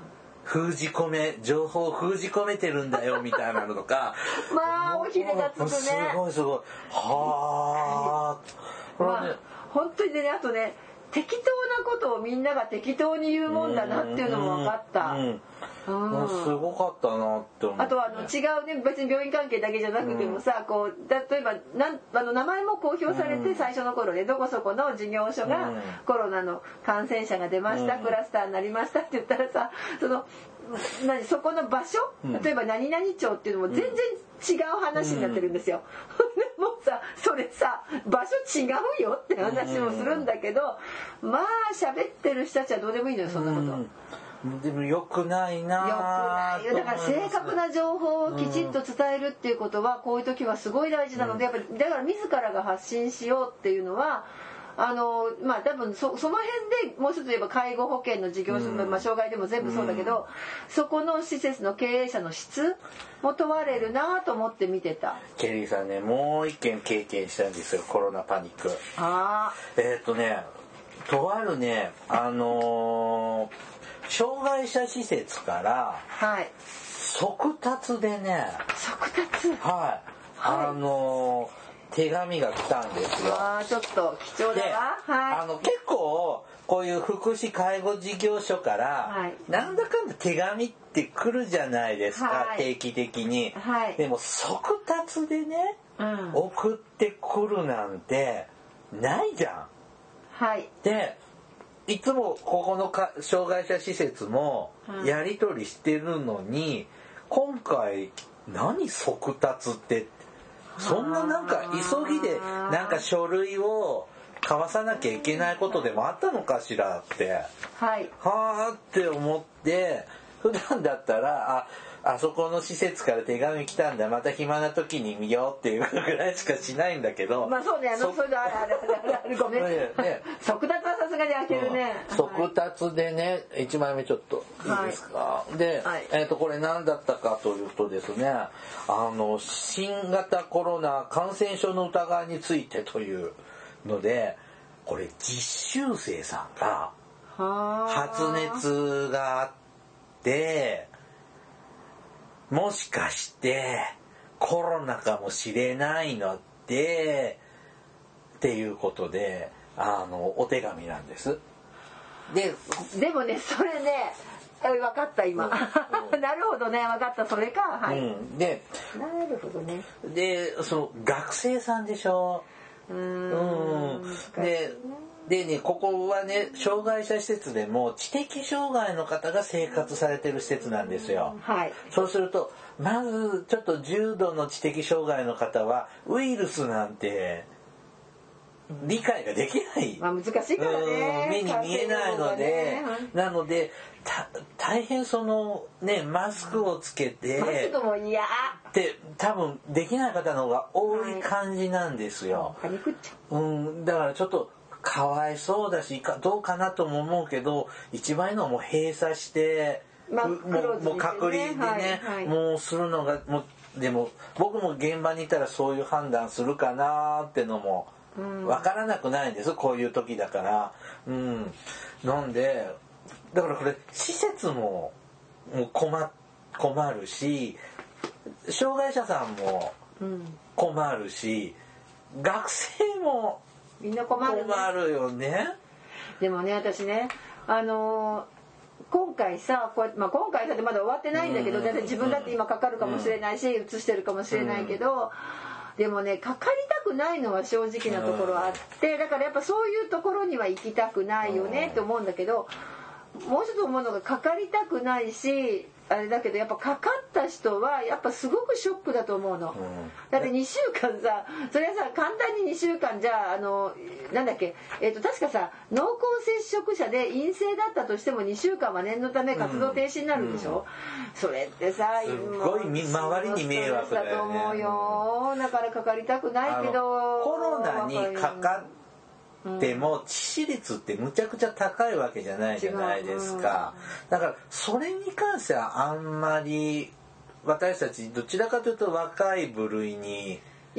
封じ込め情報を封じ込めてるんだよみたいなのとかまあおひれがつくね。 すごいすごいはあ、 まあ、本当にねあとね適当なことをみんなが適当に言うもんだなっていうのも分かった。うんうんうん、すごかったなって思って。 あとはあの違うね別に病院関係だけじゃなくてもさ、うん、こう例えばなんあの名前も公表されて最初の頃で、うん、どこそこの事業所がコロナの感染者が出ました、うん、クラスターになりましたって言ったらさその何そこの場所、例えば何々町っていうのも全然違う話になってるんですよ。うん、もうさそれさ場所違うよって話もするんだけど、まあ喋ってる人たちはどうでもいいのよそんなこと。うんでも良くないな。 良くないよ。だから正確な情報をきちっと伝えるっていうことはこういう時はすごい大事なので、やっぱりだから自らが発信しようっていうのはあのまあ多分 そ, その辺でもう一つ言えば介護保険の事業所、うんまあ、障害でも全部そうだけど、うん、そこの施設の経営者の質も問われるなと思って見てた。 ケリーさんねもう一件経験したんですよコロナパニック。 あえっ、ー、とねとあるねあのー障害者施設から速達でね、 速達はい、はい、あの手紙が来たんですよ。 あちょっと貴重だわ、はい、 あの結構こういう福祉介護事業所から、はい、なんだかんだ手紙って来るじゃないですか、はい、定期的に、はい、でも速達でね、うん、送ってくるなんてないじゃん。 はい、 でいつもここのか障害者施設もやり取りしてるのに、うん、今回何速達ってそんななんか急ぎでなんか書類を交わさなきゃいけないことでもあったのかしらってはいはーって思って普段だったらああそこの施設から手紙来たんだまた暇な時に見ようっていうぐらいしかしないんだけどまあそうねあのそれであるあるあるあるごめん、ね、速達はさすがに開けるね、 うん、速達でねいちまいめちょっといいですか、はい、で、はい、えーとこれ何だったかというとですねあの新型コロナ感染症の疑いについてというのでこれ実習生さんが発熱があってもしかしてコロナかもしれないのでっていうことであのお手紙なんです。 ででもねそれね分かった今、うんうん、なるほどね分かったそれかはい、うん、 でなるほどねでその学生さんでしょうーん、うん、ででねここはね障害者施設でも知的障害の方が生活されてる施設なんですよ、 はい、 そうするとまずちょっと重度の知的障害の方はウイルスなんて理解ができない、 まあ、難しいからね目に見えないので、ね、なので大変そのねマスクをつけてマスクも嫌って多分できない方の方が多い感じなんですよ、 はい、パニクっちゃう、 うん、だからちょっとかわいそうだしどうかなとも思うけど一番いいのはもう閉鎖して、 まあ、 もうもう隔離でね、はいはい、もうするのがもうでも僕も現場にいたらそういう判断するかなってのも分からなくないんです、うん、こういう時だから、うん、なんでだからこれ施設ももう 困, 困るし障害者さんも困るし、うん、学生もみんな困る、ね、 困るよね。 でもね私ねあのー、今回さこうやって、まあ、今回だってまだ終わってないんだけど、うん、だって自分だって今かかるかもしれないし、うん、移してるかもしれないけど、うん、でもねかかりたくないのは正直なところあって、うん、だからやっぱそういうところには行きたくないよねって思うんだけど、もう一つ思うのがかかりたくないしあれだけどやっぱかかった人はやっぱすごくショックだと思うの、うん、だってにしゅうかんさそれはさ簡単ににしゅうかんじゃあのなんだっけ、えー、と確かさ濃厚接触者で陰性だったとしてもにしゅうかんは念のため活動停止になるでしょ、うんうん、それってさすごい周りに迷惑だよねだと思うよ。だからかかりたくないけどコロナにかかってでも致死率ってむちゃくちゃ高いわけじゃないじゃないですか、うん、だからそれに関してはあんまり私たちどちらかというと若い部類にいや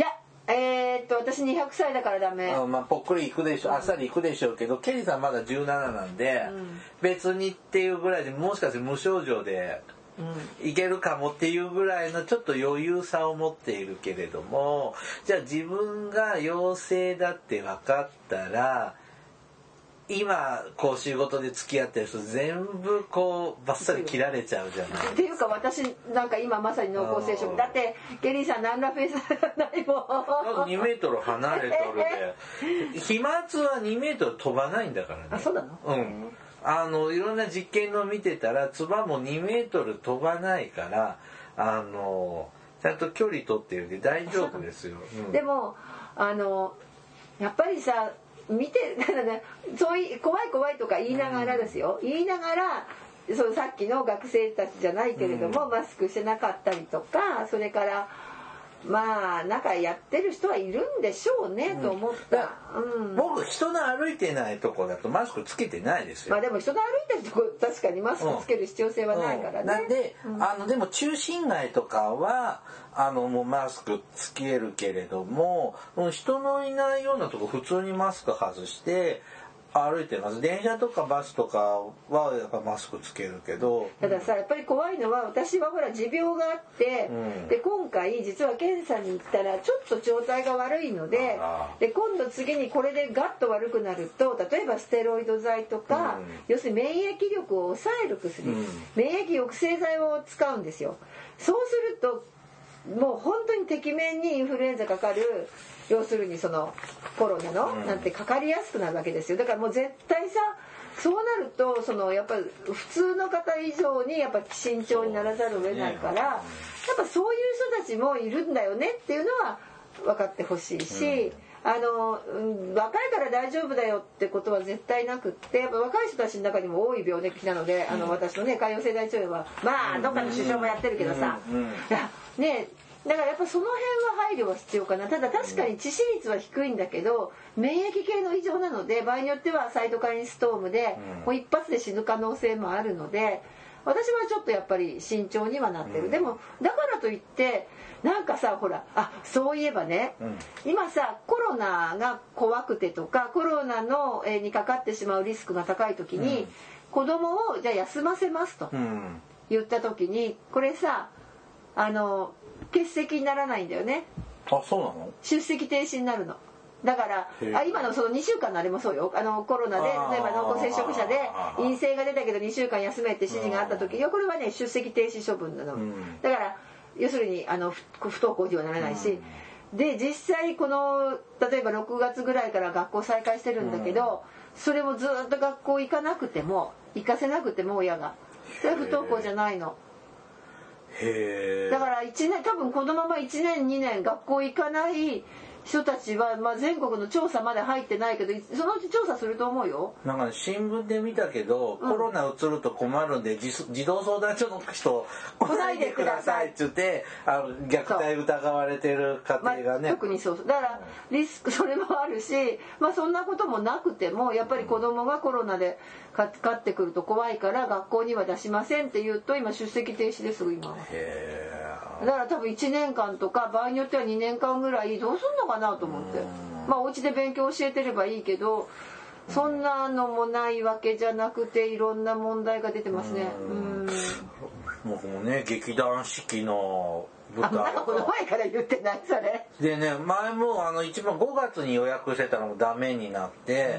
えー、っと私にひゃくさいだからダメ。 あ、まあ、ぽっくりいくでしょう、あっさりいくでしょうけど、ケリーさんまだじゅうなななんで、うん、別にっていうぐらいでもしかして無症状でいけるかもっていうぐらいのちょっと余裕さを持っているけれども、じゃあ自分が陽性だって分かったら今こう仕事で付き合ってる人全部こうバッサリ切られちゃうじゃない。 っていうか私なんか今まさに濃厚接触だって、ケリーさん何らフェイスないもん。 にメートル離れとるで飛沫はにメートル飛ばないんだからね。 あ、そうなの？ うん。あのいろんな実験の見てたら唾もにメートル飛ばないから、あのちゃんと距離取ってるんで大丈夫ですよ。 うん、でもあのやっぱりさ見てだからね、そういう怖い怖いとか言いながらですよ、うん、言いながらそうさっきの学生たちじゃないけれども、うん、マスクしてなかったりとか、それからまあなんかやってる人はいるんでしょうね、うん、と思った、 うん、僕人の歩いてないとこだとマスクつけてないですよ。 まあでも人の歩いてるとこ確かにマスクつける必要性はないからね、うんうん、 なんで、うん、あのでも中心街とかはあのもうマスクつけるけれども、人のいないようなとこ普通にマスク外して歩いてます。電車とかバスとかはやっぱマスクつけるけど、 たださやっぱり怖いのは私はほら持病があって、うん、で今回実は検査に行ったらちょっと状態が悪いので、で今度次にこれでガッと悪くなると例えばステロイド剤とか、うん、要するに免疫力を抑える薬、うん、免疫抑制剤を使うんですよ。そうするともう本当にてきめんにインフルエンザかかる、要するにそのコロナのなんてかかりやすくなるわけですよ。だからもう絶対さそうなるとそのやっぱり普通の方以上にやっぱ慎重にならざるを得ないから、やっぱそういう人たちもいるんだよねっていうのは分かってほしいし、あの、うん、若いから大丈夫だよってことは絶対なくって、やっぱ若い人たちの中にも多い病気なので、あの私のね潰瘍性大腸炎はまあどっかの首相もやってるけどさ、いやねだからやっぱその辺は配慮は必要かな。ただ確かに致死率は低いんだけど免疫系の異常なので場合によってはサイトカインストームでもう一発で死ぬ可能性もあるので、私はちょっとやっぱり慎重にはなってる。でもだからといってなんかさほらあそういえばね、今さコロナが怖くてとかコロナの、えー、にかかってしまうリスクが高い時に、子供をじゃあ休ませますと言った時にこれさあの欠席にならないんだよね。 あ、そうなの？ 出席停止になるの。だからあ今のそのにしゅうかんのあれもそうよ。あのコロナで例えば濃厚接触者で陰性が出たけどにしゅうかん休めって指示があった時、いやこれはね出席停止処分なの。だから要するにあの不登校にはならないし、で実際この例えばろくがつぐらいから学校再開してるんだけど、それもずっと学校行かなくても行かせなくても親がそれは不登校じゃないの。 へだからいちねん多分このままいちねんにねん学校行かない人たちは、まあ、全国の調査まで入ってないけどそのうち調査すると思うよ。 なんか、ね、新聞で見たけど、うん、コロナうつると困るんで児童相談所の人来ないでくださいって言ってあの虐待疑われてる家庭がね、 まあ、特にそうだからリスクそれもあるし、まあ、そんなこともなくてもやっぱり子供がコロナでかかってくると怖いから学校には出しませんって言うと今出席停止です今は。 へー。 だから多分いちねんかんとか場合によってはにねんかんぐらいどうすんのかなと思って、まあお家で勉強教えてればいいけどそんなのもないわけじゃなくていろんな問題が出てますね。うん。 僕もね劇団四季の舞台あこの前から言ってないそれでね前もあの一番ごがつに予約してたのもダメになって、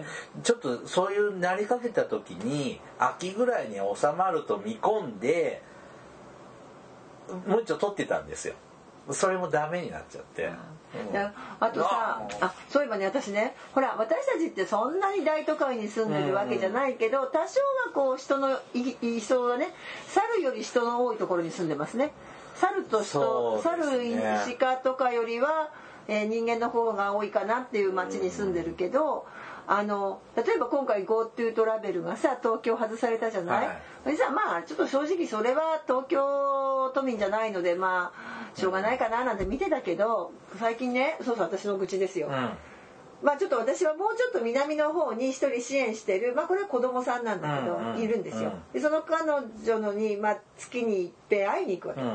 うん、ちょっとそういうなりかけた時に秋ぐらいに収まると見込んでもう一度撮ってたんですよ。それもダメになっちゃって、うん、 あとさあそういえばね私ねほら私たちってそんなに大都会に住んでるわけじゃないけど、うんうん、多少はこう人のいそうはね猿より人の多いところに住んでますね。猿と人、猿鹿とかよりは、えー、人間の方が多いかなっていう町に住んでるけど、うん、あの例えば今回 GoTo トラベルがさ東京外されたじゃない、はい、さまあちょっと正直それは東京都民じゃないのでまあしょうがないかななんて見てたけど最近ねそうそう私の愚痴ですよ、うん、まあちょっと私はもうちょっと南の方に一人支援してるまあこれは子供さんなんだけど、うんうん、いるんですよ。でその彼女のに、まあ、月に一遍会いに行くわけ、うん、で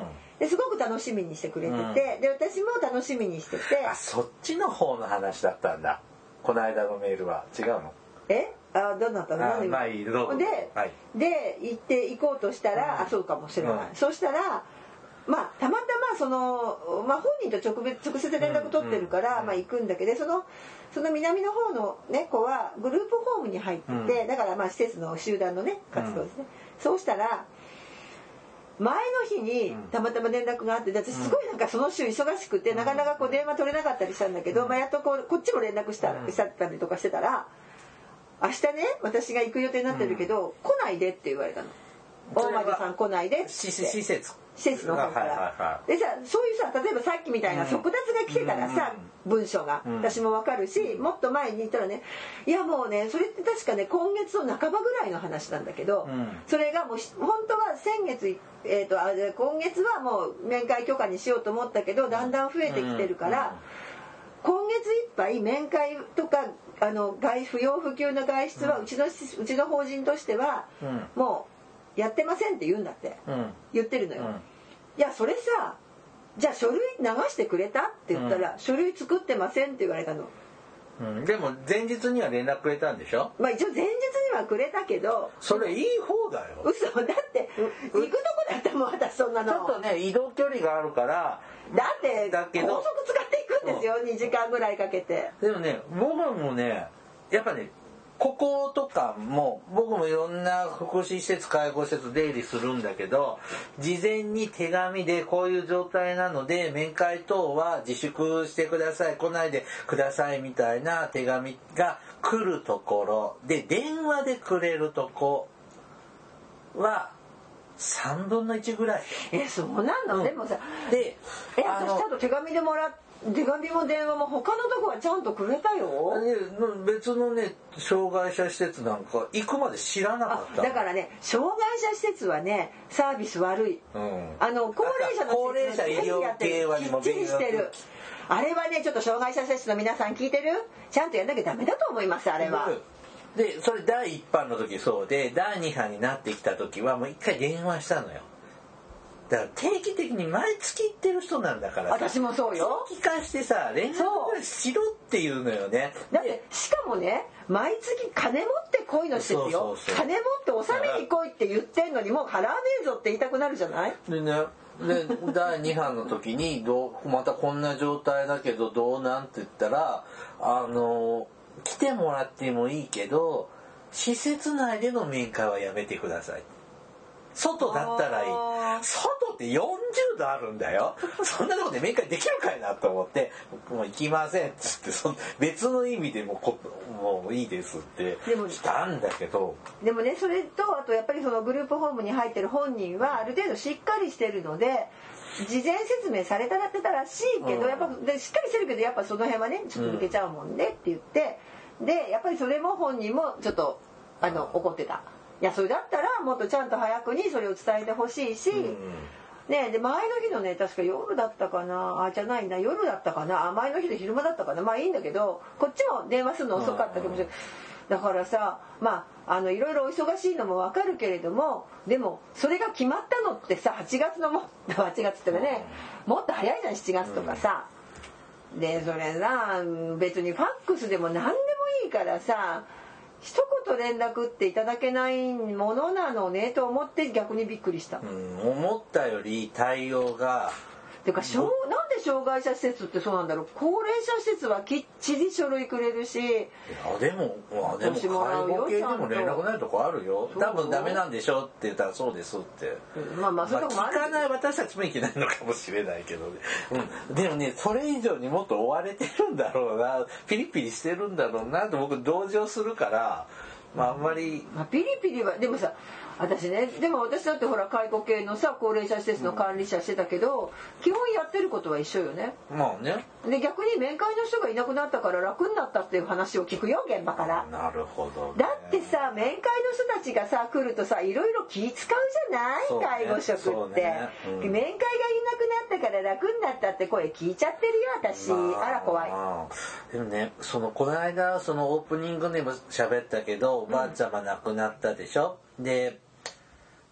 ですごく楽しみにしてくれてて、うん、で私も楽しみにしてて。 あ、そっちの方の話だったんだ。この間のメールは違うの？ え？あ、どうなったの？ あ、まあいい、どうぞ。 で、はい、で行って行こうとしたら、うん、あ、そうかもしれない。うん、そうしたら。まあ、たまたまその、まあ、本人と直別直接連絡取ってるから、うんうん、まあ、行くんだけどそのその南の方の、ね、子はグループホームに入ってて、うん、だからまあ施設の集団のね活動ですね、うん、そうしたら前の日にたまたま連絡があって私すごいなんかその週忙しくて、うん、なかなかこう電話取れなかったりしたんだけど、うん、まあ、やっとこうこっちも連絡した、うん、したったりとかしてたら明日ね私が行く予定になってるけど、うん、来ないでって言われたの。大魔女さん来ないでって施設施設の方から、はいはいはい、でさそういうさ例えばさっきみたいな速達が来てたらさ、うん、文章が、うん、私も分かるしもっと前に言ったらねいやもうねそれって確かね今月の半ばぐらいの話なんだけど、うん、それがもう本当は先月、えー、とあ今月はもう面会許可にしようと思ったけどだんだん増えてきてるから、うんうん、今月いっぱい面会とかあの外不要不急の外出はうちの、うちの法人としては、うん、もうやってませんって言うんだって、うん、言ってるのよ、うん、いやそれさじゃあ書類流してくれたって言ったら、うん、書類作ってませんって言われたの、 うん、でも前日には連絡くれたんでしょ。 まあ一応前日にはくれたけどそれいい方だよ。 嘘だって行くとこだったもん私そんなのちょっとね移動距離があるからだって高速使っていくんですよ、うん、にじかんぐらいかけて。 でもね僕もねやっぱねこことかも僕もいろんな福祉施設介護施設出入りするんだけど事前に手紙でこういう状態なので面会等は自粛してください来ないでくださいみたいな手紙が来るところで電話でくれるとこはさんぶんのいちぐらい。 えそうなの、うん、でもさでえ私ちゃんと手紙でもらって手紙も電話も他のとこはちゃんとくれたよ。 別のね障害者施設なんか行くまで知らなかった。 だからね障害者施設はねサービス悪い、うん、あの高齢者の高齢者医療系はきっちりしてる。あれはねちょっと障害者施設の皆さん聞いてるちゃんとやんなきゃダメだと思いますあれは。 でそれだいいっぱんの時そうでだいにばんになってきた時はもう一回電話したのよ。だから定期的に毎月行ってる人なんだからさ私もそうよ聞かしてさ連絡ぐらいしろっていうのよね。 だってしかもね毎月金持ってこいのしてるよ。そうそうそう金持って納めに来いって言ってんのにもう払わねえぞって言いたくなるじゃない。 でねでだいにばんの時にどうまたこんな状態だけどどうなんて言ったらあの来てもらってもいいけど施設内での面会はやめてください。外だったらいい。外ってよんじゅうどあるんだよ。そんなとこで面会できるかいなと思ってもう行きませんっつってそ別の意味でもこもういいですってしたんだけどでもねそれとあとやっぱりそのグループホームに入ってる本人はある程度しっかりしてるので事前説明されたらってたらしいけど、うん、やっぱでしっかりしてるけどやっぱその辺はねちょっと抜けちゃうもんねって言って、うん、でやっぱりそれも本人もちょっとあの怒ってた。いやそれだったらもっとちゃんと早くにそれを伝えてほしいし、うん、ねで前の日のね確か夜だったかなあじゃないな夜だったかなあ前の日で昼間だったかなまあいいんだけどこっちも電話するの遅かったかもしれない、うん、だからさまああのいろいろお忙しいのもわかるけれどもでもそれが決まったのってさはちがつのもはちがつってね、うん、もっと早いじゃんしちがつとかさ、うん、でそれさ別にファックスでも何でもいいからさ一言連絡っていただけないものなのねと思って逆にびっくりした。 うん、思ったより対応がてかしょうなんで障害者施設ってそうなんだろう。高齢者施設はきっちり書類くれるしいやでも、まあ、でも介護系でも連絡ないとこあるよ。多分ダメなんでしょって言ったらそうですって、 うん、まあまあそういうとこもある、 まあ、聞かない私たちもいけないのかもしれないけどね、うん、でもねそれ以上にもっと追われてるんだろうなピリピリしてるんだろうなと僕同情するからまああんまり、 まあ、ピリピリはでもさ私ねでも私だってほら介護系のさ高齢者施設の管理者してたけど、うん、基本やってることは一緒よね。 まあねで逆に面会の人がいなくなったから楽になったっていう話を聞くよ現場から。 なるほど、ね、 だってさ面会の人たちがさ来るとさいろいろ気使うじゃない、ね、介護職って、ねうん、面会がいなくなったから楽になったって声聞いちゃってるよ私、まあ、あら怖い。 でもねそのこの間そのオープニングでも喋ったけどおばあちゃま亡くなったでしょ、うん、で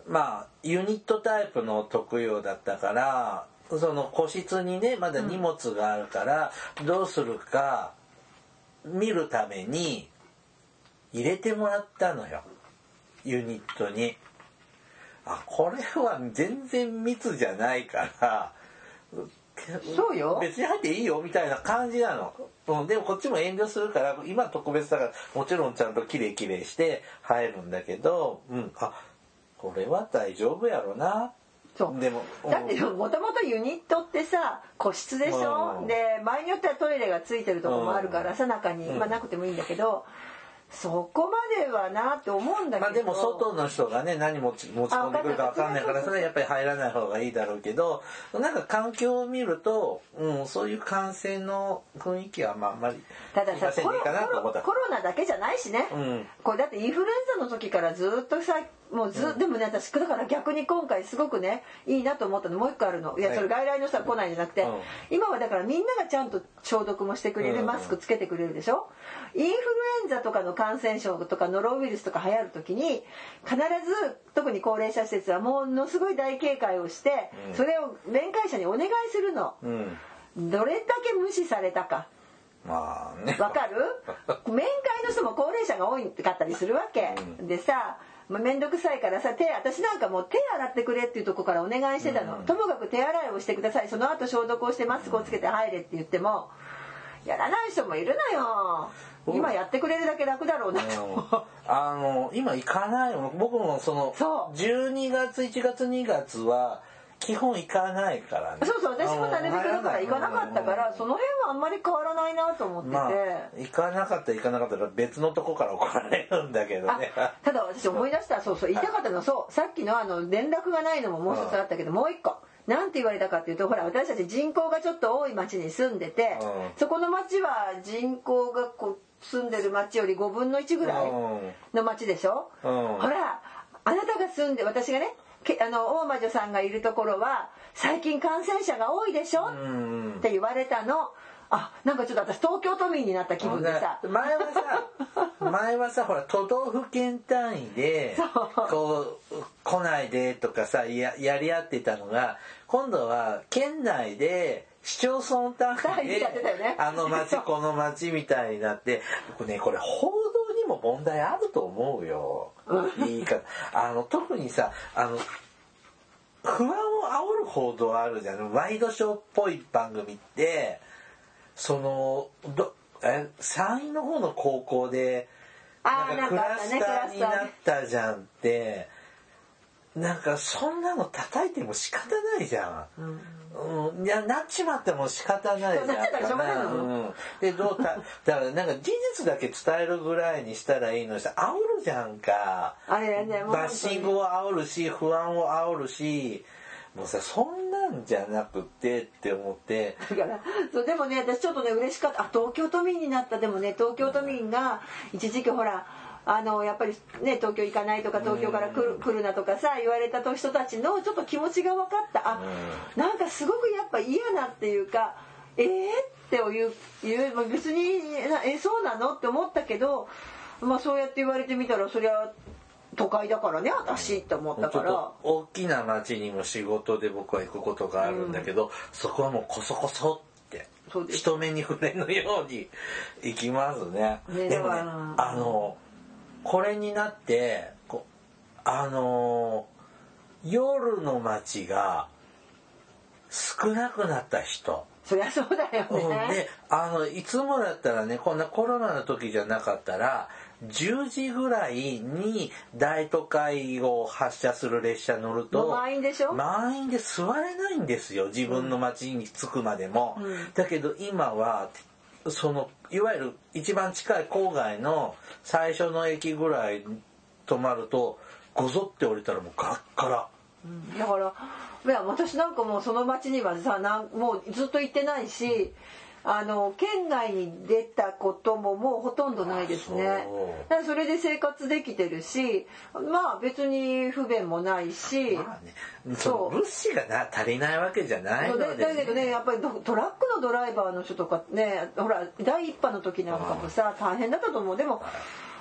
まあユニットタイプの特養だったから、その個室にねまだ荷物があるから、うん、どうするか見るために入れてもらったのよ、ユニットに。あ、これは全然密じゃないからそうよ、 別に入っていいよみたいな感じなの、うん、でもこっちも遠慮するから今特別だからもちろんちゃんとキレイキレイして入るんだけど、うん、あ、これは大丈夫やろな。 そうでも、うん、だってもともとユニットってさ個室でしょ、うん、で場合によってはトイレがついてるとこもあるからさ、中に、まあ、なくてもいいんだけど、そこまではなって思うんだけど、まあでも外の人がね何持ち持ち込んでくるか分かんないからそれはやっぱり入らない方がいいだろうけど、なんか環境を見ると、うん、そういう感染の雰囲気はまああんまりたださコロ、コロナだけじゃないしね、うん、これだってインフルエンザの時からずっとさもうず、うん、でもね私だから逆に今回すごくねいいなと思ったのもう一個あるの。いやそれ外来の人は来ないんじゃなくて、うん、今はだからみんながちゃんと消毒もしてくれる、マスクつけてくれるでしょ。インフルエンザとかの感染症とかノロウイルスとか流行る時に必ず特に高齢者施設はものすごい大警戒をして、うん、それを面会者にお願いするの、うん、どれだけ無視されたか。 まあね、 わかる面会の人も高齢者が多いかったりするわけ、うん、でさまあ、めんどくさいからさ手私なんかもう手洗ってくれっていうとこからお願いしてたの、うん、ともかく手洗いをしてください、その後消毒をしてマスクをつけて入れって言ってもやらない人もいるのよ。今やってくれるだけ楽だろうなと、うん、 あの今行かないよ。僕もそのそうじゅうにがついちがつにがつは基本行かないからね。 そうそう私もなるべくだから行かなかったから、うん、その辺はあんまり変わらないなと思ってて、まあ、 行かなかったら行かなかったら別のとこから怒られるんだけどね。 ただ私思い出したそうそう言いたかったのそうさっきのあの連絡がないのももう一つあったけど、うん、もう一個なんて言われたかっていうとほら私たち人口がちょっと多い町に住んでて、うん、そこの町は人口がこう住んでる町よりごぶんのいちぐらいの町でしょ、うん、ほらあなたが住んで私がねあの大魔女さんがいるところは最近感染者が多いでしょ、うん、って言われたの。あ、なんかちょっと私東京都民になった気分でさ、 前はさ前はさほら都道府県単位でこう来ないでとかさ や, やり合ってたのが今度は県内で市町村単位で、ね、あの町この町みたいになってねこれ報道にも問題あると思うよ。いいかあの特にさあの不安を煽る報道あるじゃん。ワイドショーっぽい番組ってそのどえ山陰の方の高校でなんかクラスターになったじゃんってなんかそんなの叩いても仕方ないじゃん、うんうん、いやなっちまっても仕方ないじゃんか、うん、でどうただからなんか事実だけ伝えるぐらいにしたらいいのにさ煽るじゃんか。 あれねバッシングを煽るし不安を煽るしもうさそんなんじゃなくてって思ってだからそうでもね私ちょっとね嬉しかった。あ東京都民になった。でもね東京都民が一時期ほらあのやっぱりね東京行かないとか東京から来る、来るなとかさ言われた人たちのちょっと気持ちが分かった。あなんかすごくやっぱ嫌なっていうかえーって言う言う別にえそうなのって思ったけどまあそうやって言われてみたらそりゃ都会だからね私って思ったから。ちょっと大きな町にも仕事で僕は行くことがあるんだけど、うん、そこはもうこそこそって人目に触れぬように行きますね。ねでもねあのこれになってこあの夜の街が少なくなった人。 そりゃそうだよね。 うん、であのいつもだったらねこんなコロナの時じゃなかったらじゅうじぐらいに大都会を発車する列車乗ると満員でしょ。 満員で座れないんですよ自分の街に着くまでも、うん、だけど今はそのいわゆる一番近い郊外の最初の駅ぐらい止まるとごぞって降りたらもうガッカラ、 うん、だからいや私なんかもうその町にはさなんもうずっと行ってないしあの県外に出たことももうほとんどないですね。だからそれで生活できてるしまあ別に不便もないし、まあね、そう物資がな足りないわけじゃないので、ね、 だけどねやっぱりトラックのドライバーの人とかねほら第一波の時なんかもさ大変だったと思う。でも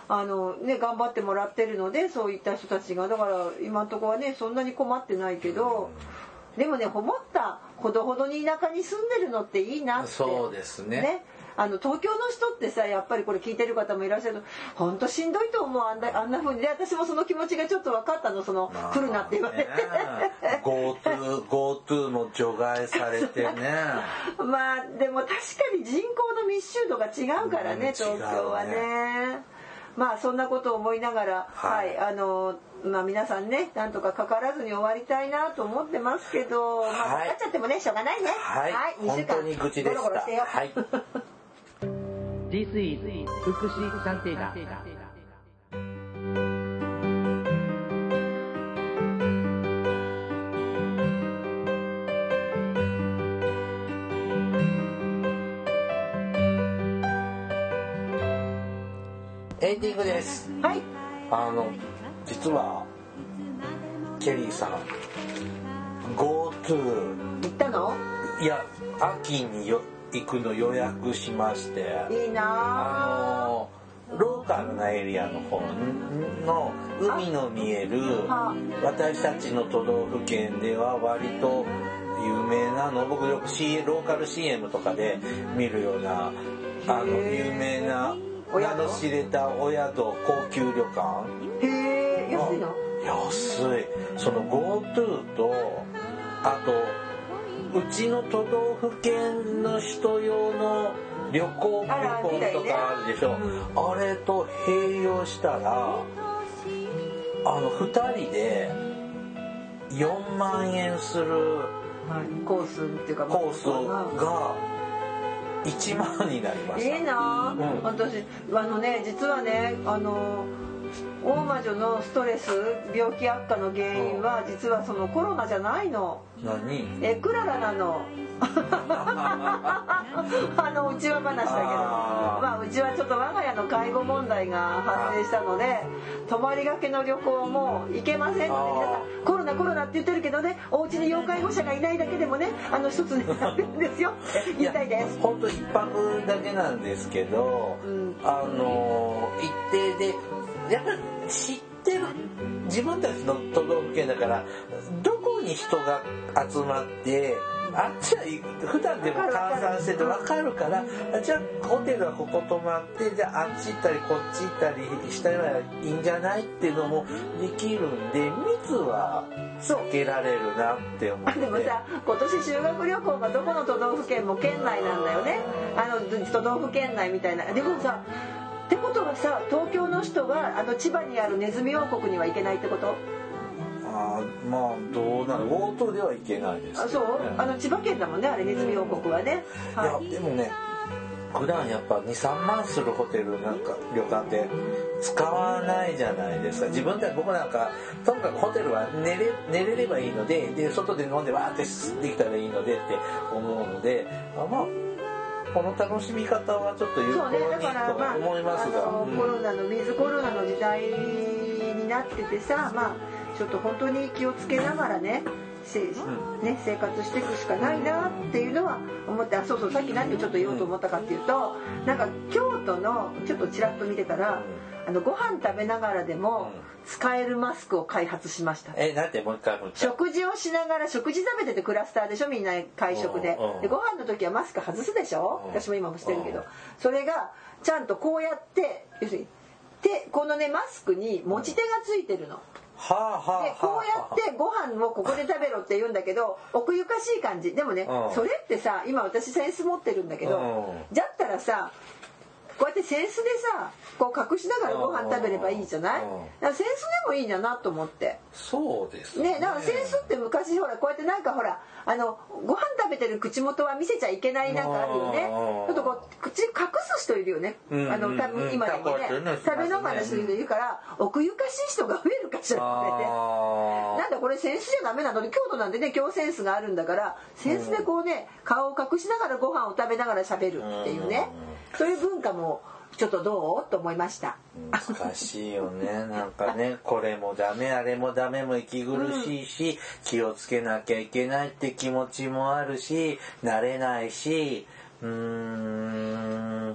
あのね頑張ってもらってるので、そういった人たちがだから今のところはねそんなに困ってないけど、でもね思ったほどほどに田舎に住んでるのっていいなって。 そうですね。 ね、あの東京の人ってさやっぱりこれ聞いてる方もいらっしゃると本当しんどいと思う、あんなあんな風にで私もその気持ちがちょっと分かったの、その、まあ、来るなって言われて、ね、 GoTo GoTo も除外されてねまあでも確かに人口の密集度が違うからね、うん、東京はね。まあそんなことを思いながら、はい、はい、あのまあ皆さんねなんとかかからずに終わりたいなと思ってますけど、はい、まあかかっちゃってもねしょうがないね。 はい、はい、にしゅうかん本当に愚痴でした。ゴロゴロしてよ。はい。 This is 福祉探偵団。 エンディングです。 はい。 あの実はケリーさん GoTo 行ったの？ いや秋によ行くの予約しまして、 いいなあのローカルなエリアの方の海の見える私たちの都道府県では割と有名なの、僕よく C ローカル シーエム とかで見るようなあの有名な名の知れたお宿高級旅館。 へえ、安いの？ 安い。その GoTo とあとうちの都道府県の人用の旅行クーポンとかあるでしょ。 あ,、ねうん、あれと併用したらあのふたりでよんまんえんする、 はい、コースっていうかコースがいちまんになりました。 いいな、うん、私あのね実はねあの大魔女のストレス病気悪化の原因は実はそのコロナじゃないの。 何？ えクララなの。あのうちわ話だけど、まあうちはちょっと我が家の介護問題が発生したので泊まりがけの旅行も行けませんので、皆さんコロナコロナって言ってるけどね、お家に要介護者がいないだけでもねあの一つになるんですよって言いたいです。 本当一泊だけなんですけど、うん、あの一定でやっぱり知ってる自分たちの都道府県だからどこに人が集まってあっちは普段でも換算してて分かるから、じゃあホテルはここ泊まってじゃああっち行ったりこっち行ったりしたらいいんじゃないっていうのもできるんで密は避けられるなって思って。 でもさ今年修学旅行がどこの都道府県も県内なんだよね。あの都道府県内みたいな。でもさってことはさ東京の人があの千葉にあるネズミ王国には行けないってこと？ あまあどうなの GoTo では行けないです、ね、 あそうあの千葉県だもんねあれネズミ王国はね、 うんはい、いやでもね普段やっぱ にさんまんするホテルなんか旅館って使わないじゃないですか。自分で僕なんかとにかくホテルは寝れ、寝れればいいので、で外で飲んでわーってできたらいいのでって思うのであまあこの楽しみ方はちょっと有効にと思いますが、 まあ、あのコロナのウィズコロナの時代になっててさ、まあちょっと本当に気をつけながらね、うんね生活していくしかないなっていうのは思って、あそうそうさっき何をちょっと言おうと思ったかっていうと、なんか京都のちょっとちらっと見てたら、あのご飯食べながらでも使えるマスクを開発しました。 えなんてもう一回もう一回。 食事をしながら食事食べててクラスターでしょみんな会食で。でご飯の時はマスク外すでしょ。私も今もしてるけど、それがちゃんとこうやって要するに手このねマスクに持ち手がついてるの。 はあはあ、 でこうやってご飯をここで食べろって言うんだけど奥ゆかしい感じでもね、うん、それってさ今私センス持ってるんだけど、うん、だったらさこうやってセンスでさこう隠しながらご飯食べればいいじゃない。だからセンスでもいいんだなと思って。 そうですね。 ねだからセンスって昔ほらこうやってなんかほらあのご飯食べてる口元は見せちゃいけないなんかあるよね。ちょっとこう口隠す人いるよね。あの多分今でもね食べながらする人いるから奥ゆかしい人が増えるかしらってね。なんだこれセンスじゃダメなのに京都なんでね今日センスがあるんだからセンスでこうね顔を隠しながらご飯を食べながら喋るっていうね。そういう文化もちょっとどうと思いました。 難しいよねなんかねこれもダメあれもダメも息苦しいし、うん、気をつけなきゃいけないって気持ちもあるし慣れないしうーん、 ね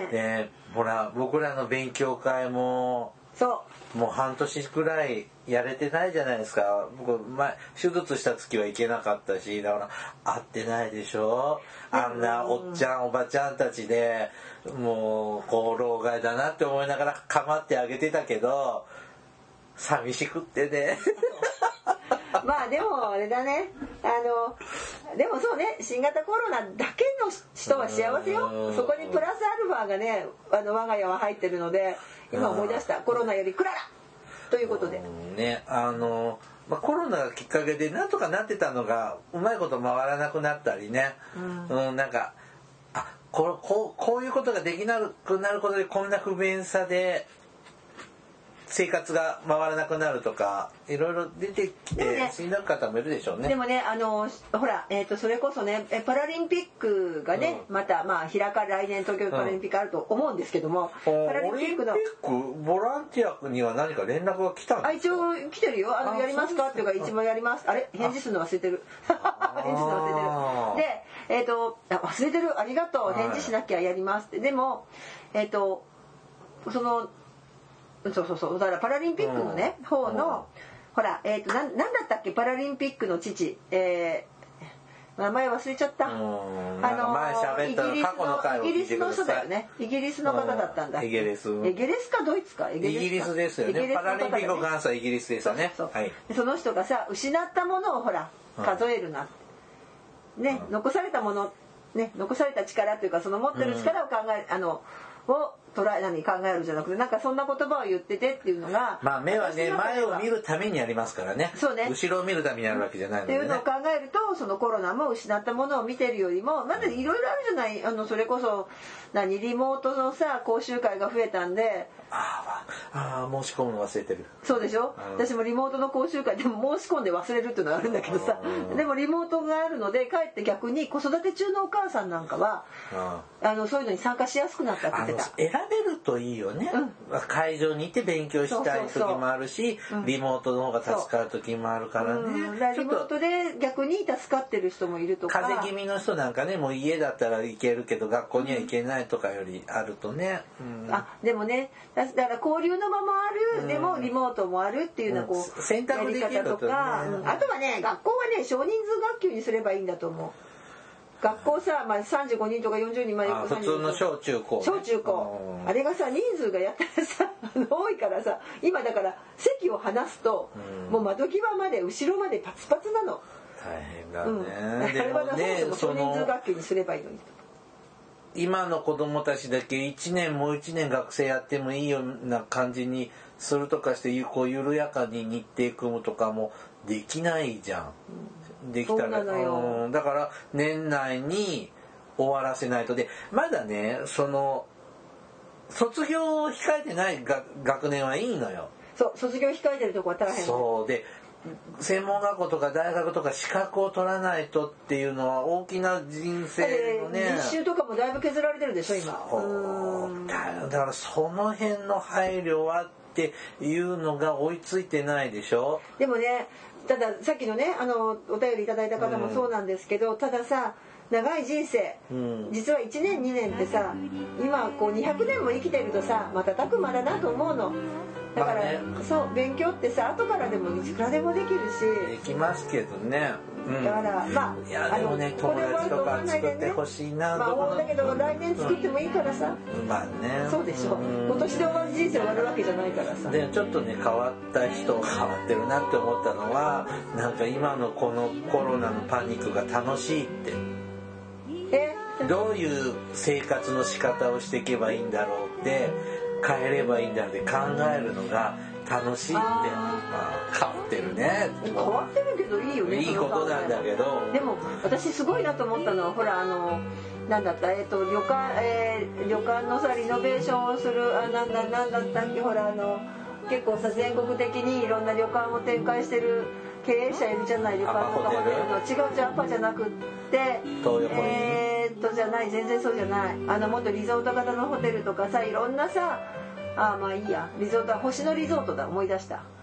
ね。 でほら僕らの勉強会もそうもう半年くらいやれてないじゃないですか。僕前手術した月は行けなかったし、だから会ってないでしょ。あんなおっちゃんおばちゃんたちでもうこう老害だなって思いながら構ってあげてたけど寂しくってね。 まあでもあれだね、あのでもそうね、新型コロナだけの人は幸せよ。そこにプラスアルファがね、あの我が家は入ってるので、今思い出した。コロナよりクララということでね、あの、まあ、コロナがきっかけでなんとかなってたのがうまいこと回らなくなったりね、うん、うん、なんかあここうこういうことができなくなることでこんな不便さで生活が回らなくなるとかいろいろ出てきて死んだ方もいるでしょうね。 でもね、あのほら、えー、とそれこそねパラリンピックがね、うん、またまあ開かれ来年東京パラリンピックあると思うんですけども、 うん、パラリンピックのボランティアには何か連絡が来たんですか？ あ、一応来てるよ。あのやりますかっていうか一番やります。あれ返事するの忘れてる。返事するの忘れてる。で、えっ、ー、と忘れてる、ありがとう、返事しなきゃやりますって。でもえっ、ー、とそのそうそうそう、だからパラリンピックのね、うん、方の、うん、ほら、えーと、な, なんだったっけ、パラリンピックの父、えー、名前忘れちゃった。あのイギリスのイギリスの人だよね。イギリスの方だったんだ。 イギリス。 イギリスかドイツか。 イギリスですよね。パラリンピック関西はイギリスですよね。 そうそう、はい、その人がさ、失ったものをほら数えるな。うん、ね、残されたもの、ね、残された力というかその持ってる力を考え、うん、あのを捉え何考えるじゃなくて、なんかそんな言葉を言っててっていうのが、 まあ目はね、前を見るためにありますからね。 そうね。 後ろを見るためにあるわけじゃないのでね。 っていうのを考えると、そのコロナも失ったものを見てるよりもまだいろいろあるじゃない。あのそれこそ何リモートのさ講習会が増えたんで。 ああ、申し込むの忘れてる。 そうでしょ、うん、私もリモートの講習会でも申し込んで忘れるっていうのがあるんだけどさ、うん、でもリモートがあるのでかえって逆に子育て中のお母さんなんかは、うん、あのそういうのに参加しやすくなったって言ってた。 選べるといいよね、うん、会場に行って勉強したい時もあるし、そうそうそう、リモートの方が助かる時もあるからね、 うん、だからリモートで逆に助かってる人もいるとか、 風邪気味の人なんかね、もう家だったら行けるけど学校には行けないとかよりあるとね、 うん、あでもね、だから交流の場もある、うん、でもリモートもあるっていうようなこう、 うん、選択できるとか、 ね、うん、あとはね学校はね少人数学級にすればいいんだと思う。学校さ、まあ、さんじゅうごにんとかよんじゅうにんまで普通の小中高、ね、 小中高、あれがさ人数がやったらさ多いからさ、今だから席を離すと、うん、もう窓際まで後ろまでパツパツなの。 大変だね、 うん、あれはだね、少人数学級にすればいいのに。 今の子供たちだけいちねんもういちねん学生やってもいいような感じにするとかしてこう緩やかに日程組むとかもできないじゃん、うん、できたら、うん、だから年内に終わらせないと。でまだねその卒業を控えてないが学年はいいのよ。 そう卒業控えてるとこは大変。 そうで専門学校とか大学とか資格を取らないとっていうのは大きな人生のね、 実習とかもだいぶ削られてるでしょ今。 そうだからその辺の配慮はっていうのが追いついてないでしょ。 でもね、たださっきのねあのお便りいただいた方もそうなんですけど、うん、たださ長い人生、うん、実はいちねんにねんってさ今こうにひゃくねんも生きてるとさ瞬く間だなと思うの。だから、まあね、そう勉強ってさ後からでもいくらでもできるしできますけどね、うん、 だからまあいやでもね友達とか作ってほしいな、 まあ思うんだけど来年作ってもいいからさ、 うん、まあねそうでしょ、うん、今年で終わる人生終わるわけじゃないからさ。 でちょっとね変わった人が変わってるなって思ったのはなんか今のこのコロナのパニックが楽しいって。 えどういう生活の仕方をしていけばいいんだろうって変えればいいんだって考えるのが楽しいって、まあ、変わってるね。 変わってるけどいいよね。 いいことなんだけど。 でも私すごいなと思ったのはほらあのなんだったえっ、ー、と旅館、えー、旅館のさリノベーションをするあなんだなんだったっけほらあの結構さ全国的にいろんな旅館を展開してる経営者いるじゃない。旅館とかホテルの違うじゃんアパじゃなくって東横えー、っとじゃない全然そうじゃないあのもっとリゾート型のホテルとかさいろんなさあまあいいやリゾートは星野リゾートだ思い出した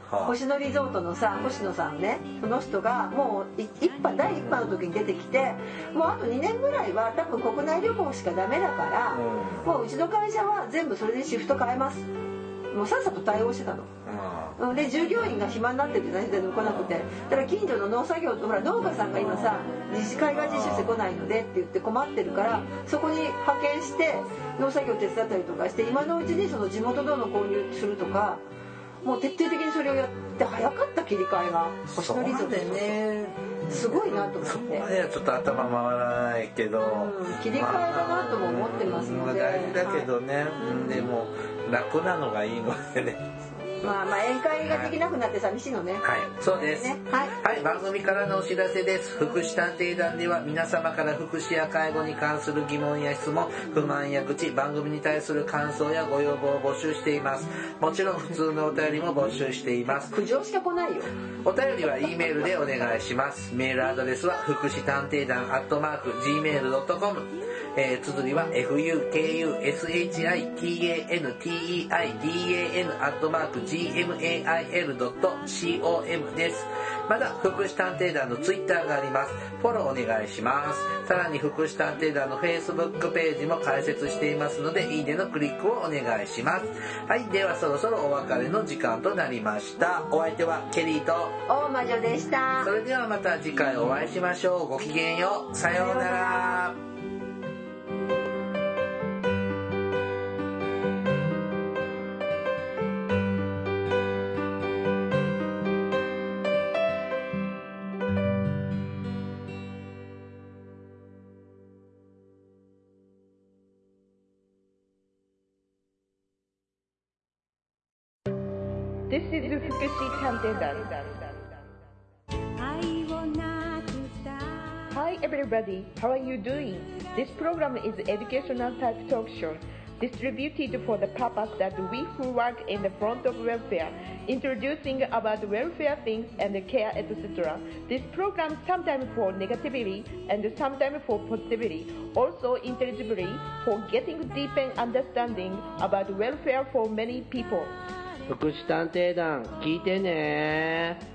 星野リゾートのさ星野さんね、その人がもう一波だいいっ波の時に出てきて、もうあとにねんぐらいは多分国内旅行しかダメだから、うん、もううちの会社は全部それでシフト変えます、もうさっさと対応してたの、うん、で従業員が暇になってて何でも来なくて、だから近所の農作業とほら農家さんが今さ自治会が自主してこないのでって言って困ってるから、そこに派遣して農作業手伝ったりとかして、今のうちにその地元との交流するとか、もう徹底的にそれをやって早かった切り替えが星野リゾートね、すごいなと思って。そこまではちょっと頭回らないけど、 うん、切り替えだなとも思ってますので、 まあ、大事だけどね、はい、でも楽なのがいいのでね。 まあまあ宴会ができなくなって寂しいのね。はい、 そうです。 ね、はい、 はい、番組からのお知らせです。福祉探偵団では皆様から福祉や介護に関する疑問や質問、不満や愚痴、番組に対する感想やご要望を募集しています。もちろん普通のお便りも募集しています。 苦情しか来ないよ。 お便りは E メールでお願いします。メールアドレスは福祉探偵団アットマーク ジーメールドットコム、えー、綴りは エフユーケーユーエスエイチアイティーエーエヌティーイーアイディーエーエヌ アットマーク ジーエムエーアイエルドットコム です。また福祉探偵団のツイッターがあります。フォローお願いします。さらに福祉探偵団の Facebook ページも開設していますので、いいねのクリックをお願いします。はい、ではそろそろお別れの時間となりました。お相手はケリーと大魔女でした。 それではまた次回お会いしましょう。ごきげんよう。さようなら。 This is 福祉探偵団。Hi everybody, how are you doing? This program is educational type talk show distributed for the purpose that we who work in the front of welfare, introducing about welfare things and care, et cetera. This program sometimes for negativity and sometimes for positivity, also intelligibly for getting deeper understanding about welfare for many people. 福祉探偵団聞いてね。